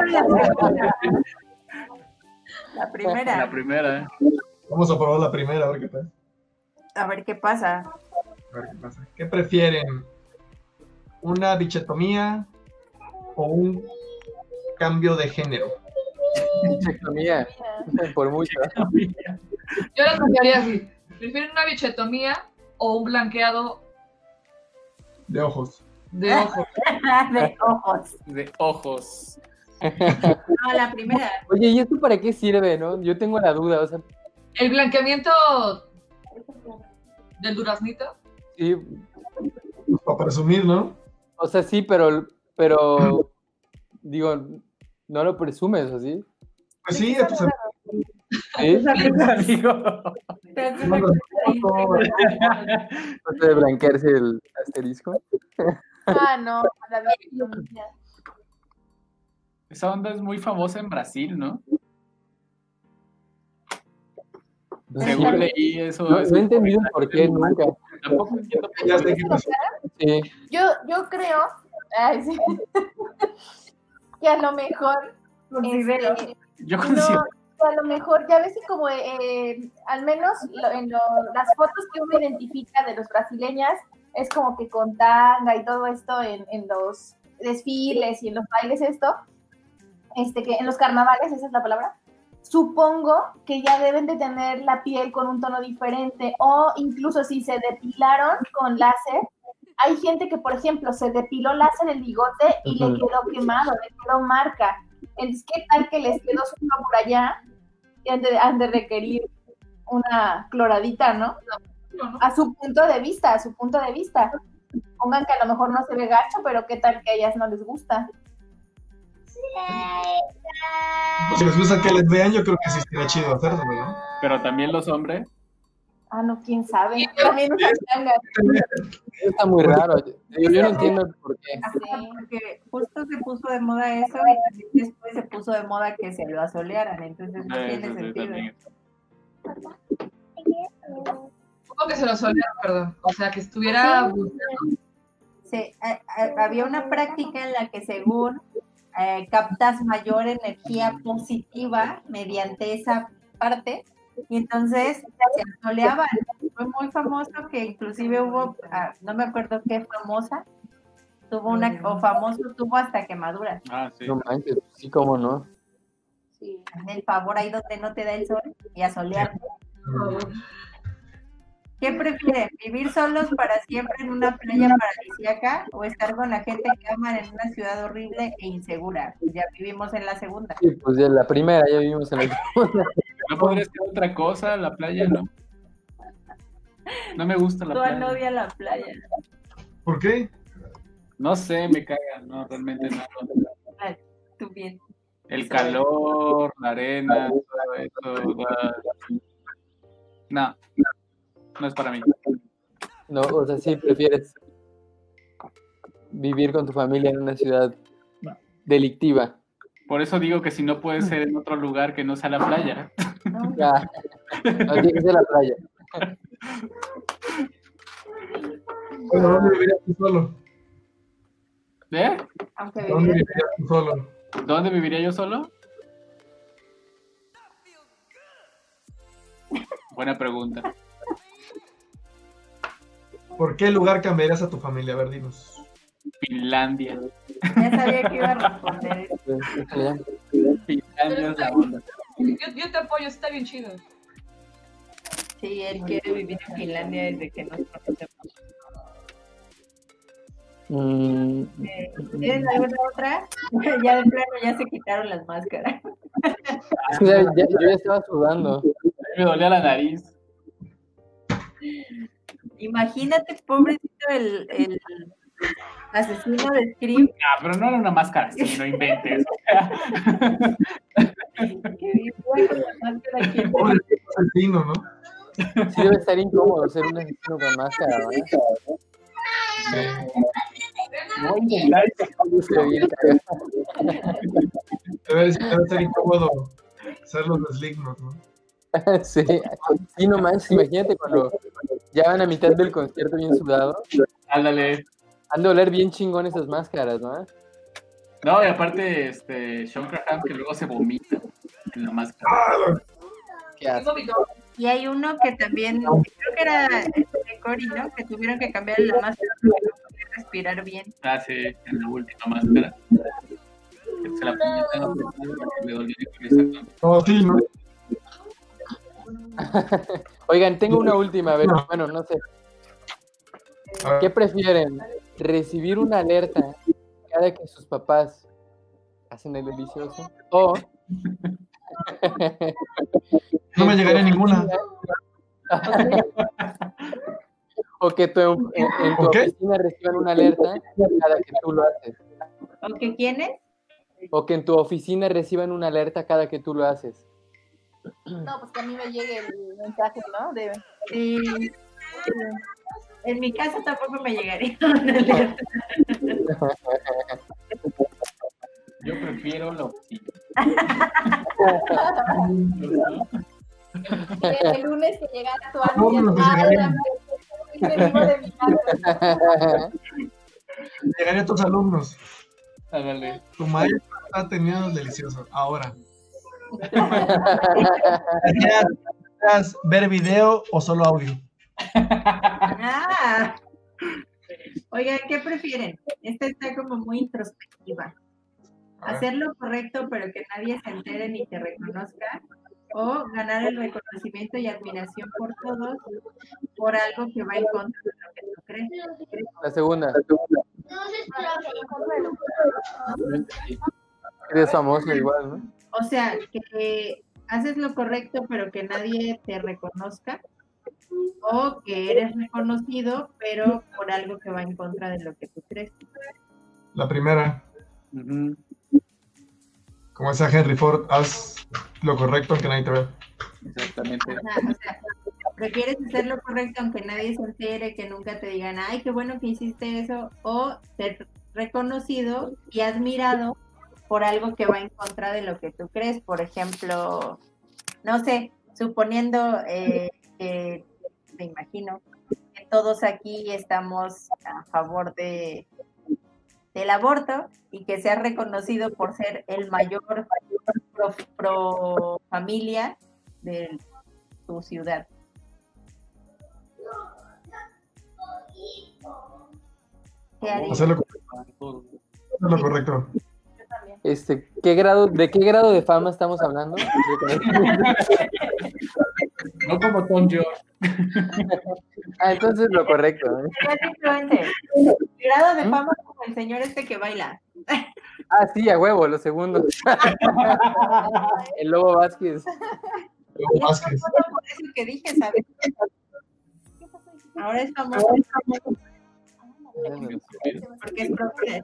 La primera. La primera. Vamos a probar la primera, a ver qué tal. A ver qué pasa. A ver qué pasa. ¿Qué prefieren? ¿Una bichetomía o un cambio de género? Bichectomía, por mucho. Yo las cambiaría así. ¿Prefieren una bichetomía o un blanqueado De ojos. de ojos? De ojos. De ojos. No, la primera. Oye, ¿y esto para qué sirve, no? Yo tengo la duda, o sea, El blanqueamiento del duraznito. sí, Pues para presumir, ¿no? o sea, sí, pero digo, no lo presumes, ¿o sí? Pues sí, a tus amigos. ¿Sí? amigo. Te hace una ¿Trata de blanquearse el asterisco? Ah, no, la vida. Esa onda es muy famosa en Brasil, ¿no? Según leí eso. No he entendido el por qué nunca. Tampoco entiendo por Ya qué. sé qué pasó. Sí. Yo creo ay, sí, que a lo mejor Considero. Yo no, considero. a lo mejor ya ves que como al menos las fotos que uno identifica de los brasileñas es como que con tanga y todo esto en los desfiles y en los bailes esto, que en los carnavales, esa es la palabra. Supongo que ya deben de tener la piel con un tono diferente o incluso si se depilaron con láser. Hay gente que, por ejemplo, se depiló láser el bigote y le quedó quemado, le quedó marca. Entonces, ¿qué tal que les quedó solo por allá y han de requerir una cloradita, ¿no? A su punto de vista, Pongan que a lo mejor no se ve gacho, pero ¿qué tal que a ellas no les gusta? Si les gusta que les vean, yo creo que sí estaría chido hacerlo, ¿no? Pero también los hombres. Ah, no, quién sabe. También usan tangas. Está muy raro. Yo no entiendo por qué. Así, porque justo se puso de moda eso y también después se puso de moda que se lo asolearan, entonces no tiene Eso sí, sentido. también. ¿Cómo que se lo solearon, perdón? O sea, que estuviera... Sí, había una práctica en la que según captas mayor energía positiva mediante esa parte y entonces se asoleaban. Fue muy famoso que inclusive hubo, no me acuerdo qué famosa, famoso tuvo hasta quemaduras. Ah, sí. No manches, sí, cómo no. Sí, en el favor ahí donde no te da el sol y asolearte. ¿Qué prefieren? ¿Vivir solos para siempre en una playa paradisíaca o estar con la gente que aman en una ciudad horrible e insegura? Ya vivimos en la segunda. Sí, pues ya la primera, ya vivimos en la segunda. ¿No podría ser otra cosa? La playa, ¿no? No me gusta la Tú playa. odia la playa. ¿Por qué? No sé, me caga. No, realmente no. Tú bien. El calor, la arena, todo eso. No, no es para mí. No, o sea, sí, prefieres vivir con tu familia en una ciudad delictiva. Por eso digo que si no puede ser en otro lugar que no sea la playa. Ya, no tiene que ser la playa. Bueno, ¿dónde vivirías tú solo? ¿Eh? Aunque ¿Dónde vivieras- vivirías tú solo? ¿Dónde viviría yo solo? Buena pregunta. ¿Por qué lugar cambiarías a tu familia? A ver, dinos. Finlandia. Ya sabía que iba a responder eso. Finlandia es la onda. Yo te apoyo, está bien chido. Sí, él quiere vivir en Finlandia desde que nos conocemos. ¿Tienes alguna otra? Ya de plano ya se quitaron las máscaras. Es que yo ya estaba sudando. A mí me dolía la nariz. Imagínate, pobrecito, el asesino de Scream. Ah, pero no era una máscara así, no inventes. Que vivía con la máscara aquí. Pobre asesino, ¿no? Sí debe estar incómodo ser un asesino con máscara, ¿no? No intentar. Debe ser incómodo ser los deslignos, ¿no? Sí, sí, no manches, imagínate cuando ya van a mitad del concierto bien sudado. Ándale. Han de oler bien chingón esas máscaras, ¿no? No, y aparte, Sean Graham que luego se vomita en la máscara. Qué asco. Y hay uno que también, creo que era de Cory, ¿no? Que tuvieron que cambiar la máscara porque no podía respirar bien. Ah, sí, en la última máscara. Que se la ponía tan apretada que le dolía el corazón. Oh, sí, ¿no? Oigan, tengo una última, a ver, bueno, no sé. ¿Qué prefieren? ¿Recibir una alerta cada que sus papás hacen el delicioso? ¿O No me llegaría ninguna. o que en tu ¿O qué? oficina reciban una alerta cada que tú lo haces? ¿O que quién es? O que en tu oficina reciban una alerta cada que tú lo haces. No, pues que a mí me llegue el mensaje, ¿no? Sí. En mi caso tampoco me llegaría. Yo prefiero la opción. El lunes que llegara tu Vámonos, alumno. Llegaría a tus alumnos. Ándale. Tu maestro está teniendo delicioso. Ahora. ¿Deseas ver video o solo audio? Ah. Oigan, ¿qué prefieren? Esta está como muy introspectiva. ¿Hacer lo correcto pero que nadie se entere ni te reconozca? ¿O ganar el reconocimiento y admiración por todos por algo que va en contra de lo que tú crees? La segunda. Eres famoso igual, ¿no? O sea, que haces lo correcto pero que nadie te reconozca, o que eres reconocido pero por algo que va en contra de lo que tú crees. La primera. Ujú. Como decía Henry Ford, haz lo correcto aunque nadie te vea. Exactamente. Ajá, o sea, prefieres hacer lo correcto aunque nadie se entere, que nunca te digan, ay, qué bueno que hiciste eso, o ser reconocido y admirado por algo que va en contra de lo que tú crees. Por ejemplo, no sé, suponiendo que, me imagino, que todos aquí estamos a favor del aborto y que seas reconocido por ser el mayor pro familia de tu ciudad. ¿Qué harías? Hacer lo correcto. ¿De qué grado de fama estamos hablando? No como Tom George. Entonces lo correcto. Grado de fama como el señor este que baila. Sí, a huevo, lo segundo. El Lobo Vázquez. Lobo Vázquez. Por eso que dije, ¿sabes? Ahora es famoso. Porque es propio.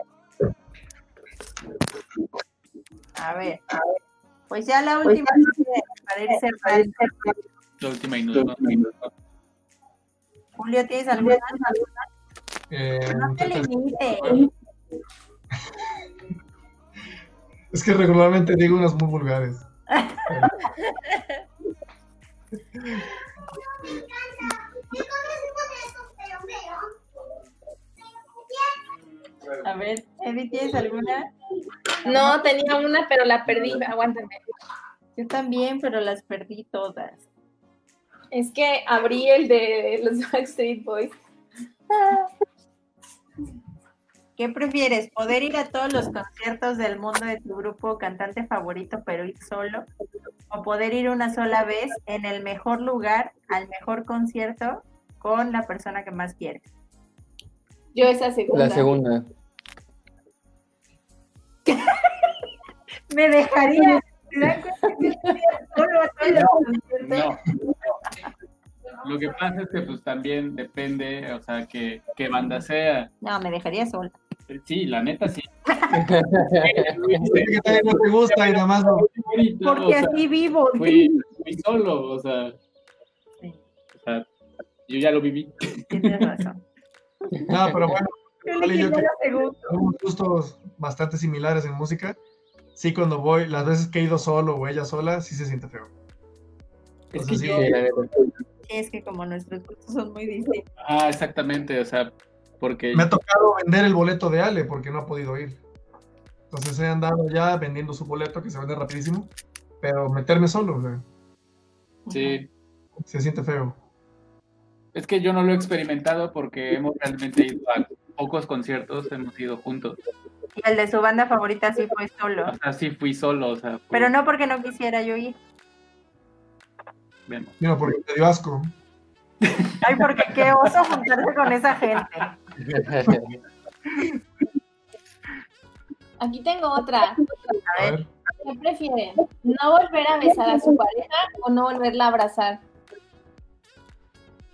A ver. Pues ya la última para ir cerrando. La última y no. Julio, ¿tienes alguna? No te limites. Es que regularmente digo unas muy vulgares. A ver, Eddie, ¿tienes alguna? No, tenía una, pero la perdí. Aguántame. Yo también, pero las perdí todas. Es que abrí el de los Backstreet Boys. ¿Qué prefieres? ¿Poder ir a todos los conciertos del mundo de tu grupo o cantante favorito, pero ir solo? ¿O poder ir una sola vez en el mejor lugar, al mejor concierto, con la persona que más quieres? Yo esa segunda. La segunda. Me dejaría. ¿Se dan cuenta que solo a todos los conciertos? No. Lo que pasa es que pues también depende, o sea, que banda sea. No, me dejaría sola. Sí, la neta sí. Que también no te gusta y nada más no. Porque así vivo. Fui solo, o sea, yo ya lo viví. Tienes razón. No, pero bueno, Yo vale, yo elegí la segunda. tenemos gustos bastante similares en música. Sí, cuando voy, las veces que he ido solo o ella sola, sí se siente feo. Es Entonces, que sí, Sí, la neta. Es que como nuestros gustos son muy distintos. Exactamente, o sea, porque me ha tocado vender el boleto de Ale porque no ha podido ir. Entonces he andado ya vendiendo su boleto, que se vende rapidísimo, pero meterme solo, o sea, sí, se siente feo. es que yo no lo he experimentado porque hemos realmente ido a pocos conciertos, hemos ido juntos. Y el de su banda favorita sí fue solo. O sea, sí fui solo, o sea, Pero no porque no quisiera yo ir. vemos. Mira, porque te dio asco. Ay, porque qué oso juntarse con esa gente. Aquí tengo otra. A ver. ¿Qué prefieren? ¿No volver a besar a su pareja o no volverla a abrazar?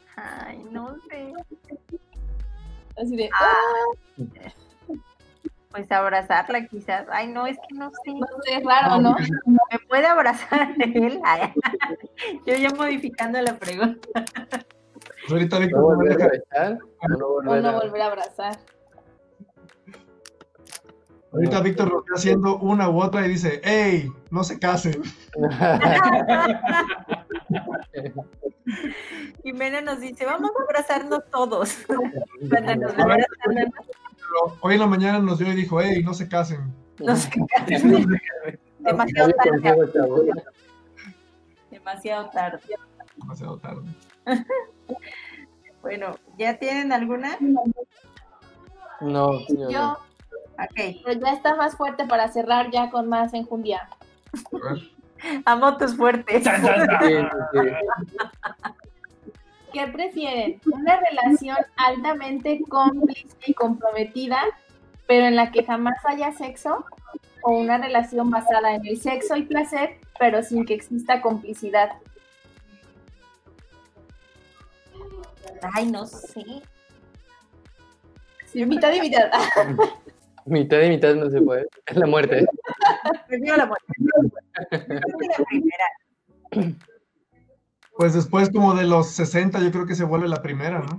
Ay, no sé. Así de, Pues abrazarla quizás. Ay, no, es que no sé. No sé, es raro, ¿no? ¿Me puede abrazar él? Ay, yo ya modificando la pregunta. Pues ahorita ¿No Víctor no me volver deja. a besar? ¿O no O volver no a- volver a abrazar. Ahorita Víctor lo está haciendo una u otra y dice, ¡Ey! No se casen. Jimena nos dice, vamos a abrazarnos todos. Cuando nos abrazan, Pero hoy en la mañana nos dio y dijo, ¡Ey! No se casen. no se casen. Demasiado Sabio tarde. consejo, chavos. Demasiado tarde. Demasiado tarde. Bueno, ¿ya tienen alguna? No, yo Yo, no. Ok. pero ya está más fuerte para cerrar ya con más enjundia. A ver. Amo tus fuertes. Sí, sí, sí. ¿Qué prefieren? ¿Una relación altamente cómplice y comprometida, pero en la que jamás haya sexo? ¿O una relación basada en el sexo y placer, pero sin que exista complicidad? Ay, no sé. Sí, mitad y mitad. Mitad y mitad no se puede. Es la muerte. Prefiero la muerte. Creo que la primera. Pues después como de los 60 yo creo que se vuelve la primera, ¿no?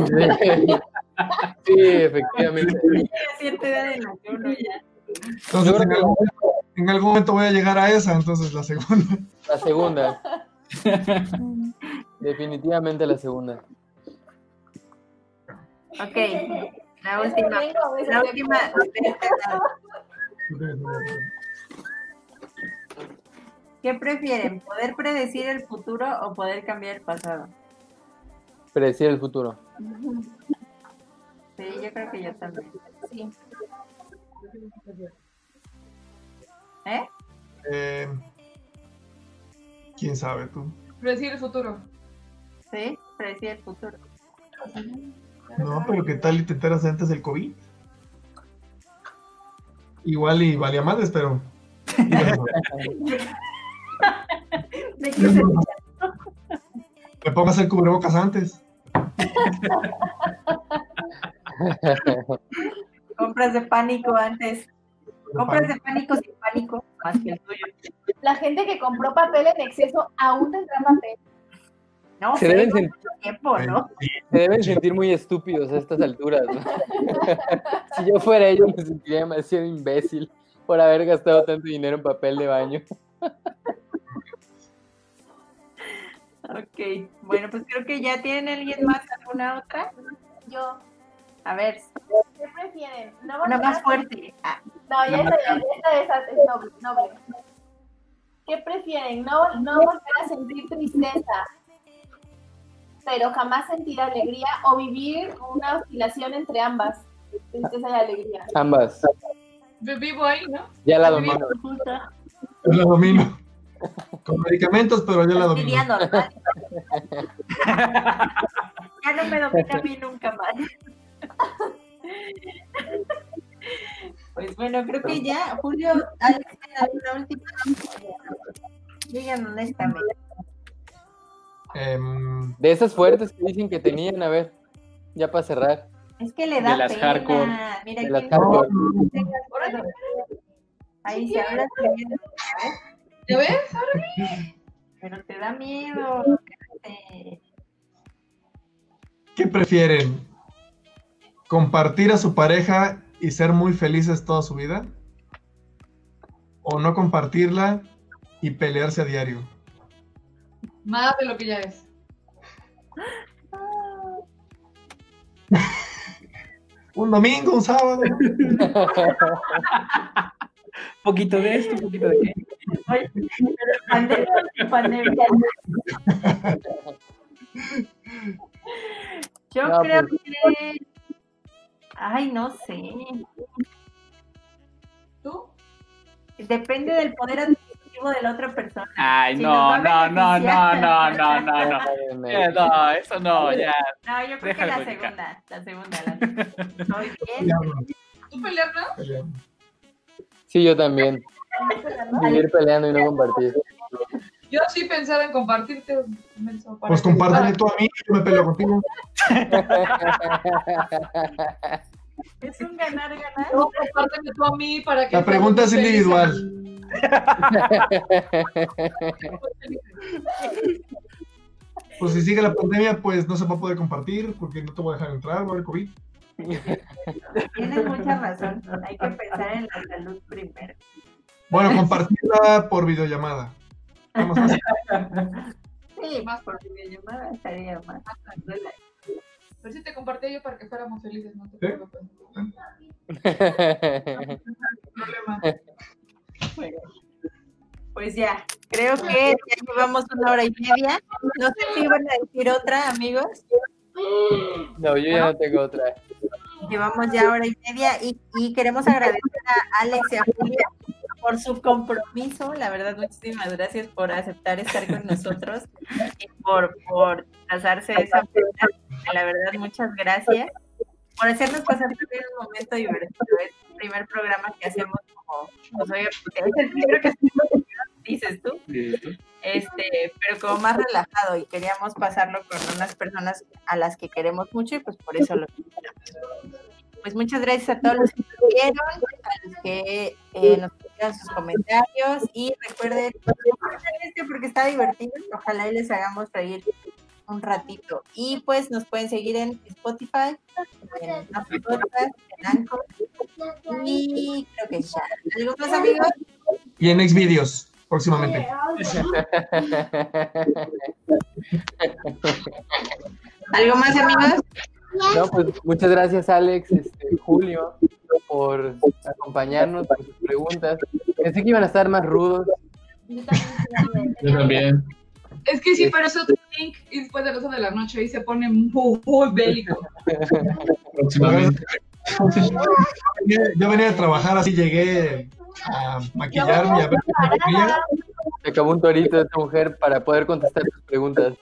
Sí, efectivamente. A cierta edad en la que uno ya. Entonces en algún momento voy a llegar a esa, entonces la segunda. La segunda. Definitivamente la segunda. Ok. La última. La última. ¿Qué prefieren? ¿Poder predecir el futuro o poder cambiar el pasado? Predecir el futuro. Sí, yo creo que yo también. Sí. ¿Quién sabe tú? Predecir el futuro. Sí, predecir el futuro. No, pero ¿qué tal y te enteras antes del COVID? Igual y valía madres, pero... ¿De qué se Me pongo a hacer cubrebocas antes. compras de pánico antes? Compras de pánico sin pánico, más que el tuyo. La gente que compró papel en exceso aún tendrá papel. No, Se sé, deben con sentir- mucho tiempo, ¿no? Se deben sentir muy estúpidos a estas alturas, ¿no? Si yo fuera ellos me sentiría demasiado imbécil por haber gastado tanto dinero en papel de baño. Ok, bueno, pues creo que ya tienen alguien más, alguna otra. Yo, A ver, ¿qué prefieren? No una volver más a- fuerte. Ah, No, ya esta es noble, noble. ¿Qué prefieren? No volver a sentir tristeza, pero jamás sentir alegría, o vivir una oscilación entre ambas, tristeza y alegría. Ambas. Vivo ahí, ¿no? Ya la domino. Yo la domino. Con medicamentos, pero yo la domino. Sería normal. Ya no me domina a mí nunca más. Pues bueno, creo que ya, Julio, ¿alguien tiene alguna última? Digan honestamente. De esas fuertes que dicen que tenían, a ver, ya para cerrar. Es que le da De las pena. hardcore. Mira, De las ¿quién hardcore. no tenga miedo? Ahí se habla bien, ¿Ya ves? pero te da miedo. ¿Qué prefieren? ¿Compartir a su pareja y ser muy felices toda su vida? ¿O no compartirla y pelearse a diario? Más de lo que ya es. Un domingo, un sábado. Poquito de esto, un poquito de qué. Oye, pero pandemia. Yo No, creo pues- que. Ay, no sé. ¿Tú? Depende del poder adquisitivo de la otra persona. Ay, Si no, nos va a no, no, no, beneficiar. no, no, no. No, eso no, ya. No, yo creo que Déjalo la platicar. segunda. Estoy bien. ¿Tú peleas, no? Peleando. Sí, yo también. Vivir peleando y no compartir. Yo sí pensaba en compartirte. Menso, para Pues que- compárteme tú a mí, yo me peleo contigo. Es un ganar-ganar. No, compárteme tú a mí para que... La pregunta es individual. Pues si sigue la pandemia, pues no se va a poder compartir porque no te voy a dejar entrar, va a haber COVID. Tienes mucha razón. Hay que pensar en la salud primero. Bueno, compartirla por videollamada. Vamos a hacer. Sí, más por videollamada estaría más. Pero sí te compartí yo para que fuéramos felices, no te ¿Sí? preocupes. Problema. Pues ya, creo que ya llevamos 1 hora y media. No sé si iban a decir otra, amigos. No, yo ya no tengo otra. Llevamos ya 1 hora y media y queremos agradecer a Alex y a Julia por su compromiso. La verdad, muchísimas gracias por aceptar estar con nosotros y por pasarse esa pena. La verdad, muchas gracias por hacernos pasar también un momento divertido. Es el primer programa que hacemos como, pues, oye, es el primero que hacemos, dices tú, pero como más relajado y queríamos pasarlo con unas personas a las que queremos mucho y pues por eso lo invitamos. Pues muchas gracias a todos los que nos vieron, a los que nos pusieron sus comentarios y recuerden compartan porque está divertido, ojalá y les hagamos reír un ratito. Y pues nos pueden seguir en Spotify, en Apple Podcast, en Anchor y creo que ya. ¿Algo más, amigos? Y en Xvideos, próximamente. ¿Algo más, amigos? No, pues muchas gracias, Alex, Julio, por acompañarnos, por sus preguntas. Pensé que iban a estar más rudos. Yo también. Es que sí, pero es otro link y después de las 12 de la noche y se pone muy, muy bélico. Próximamente. Yo venía a trabajar, así llegué a maquillarme y a ver qué me maquilla. Se acabó un torito de esta mujer para poder contestar tus preguntas.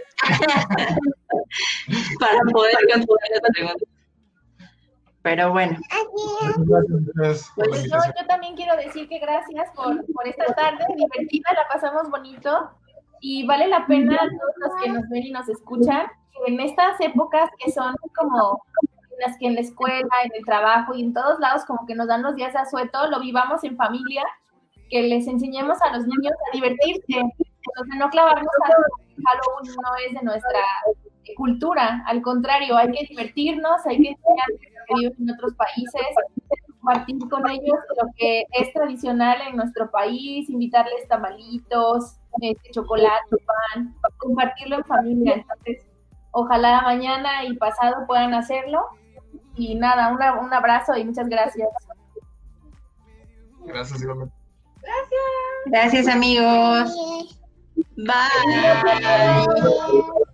Para poder contestar las preguntas. Pero bueno. Gracias por la Pues invitación. yo también quiero decir que gracias por esta tarde divertida, la pasamos bonito y vale la pena a todos los que nos ven y nos escuchan, que en estas épocas que son como en las que en la escuela, en el trabajo y en todos lados como que nos dan los días de asueto, lo vivamos en familia, que les enseñemos a los niños a divertirse, entonces no clavarnos a Halloween no es de nuestra cultura, al contrario, hay que divertirnos, hay que enseñarles lo que viven en otros países, compartir con ellos lo que es tradicional en nuestro país, invitarles tamalitos, chocolate, pan, compartirlo en familia. Entonces, ojalá mañana y pasado puedan hacerlo. Y nada, un abrazo y muchas gracias. Gracias, igualmente. Gracias, amigos. Bye.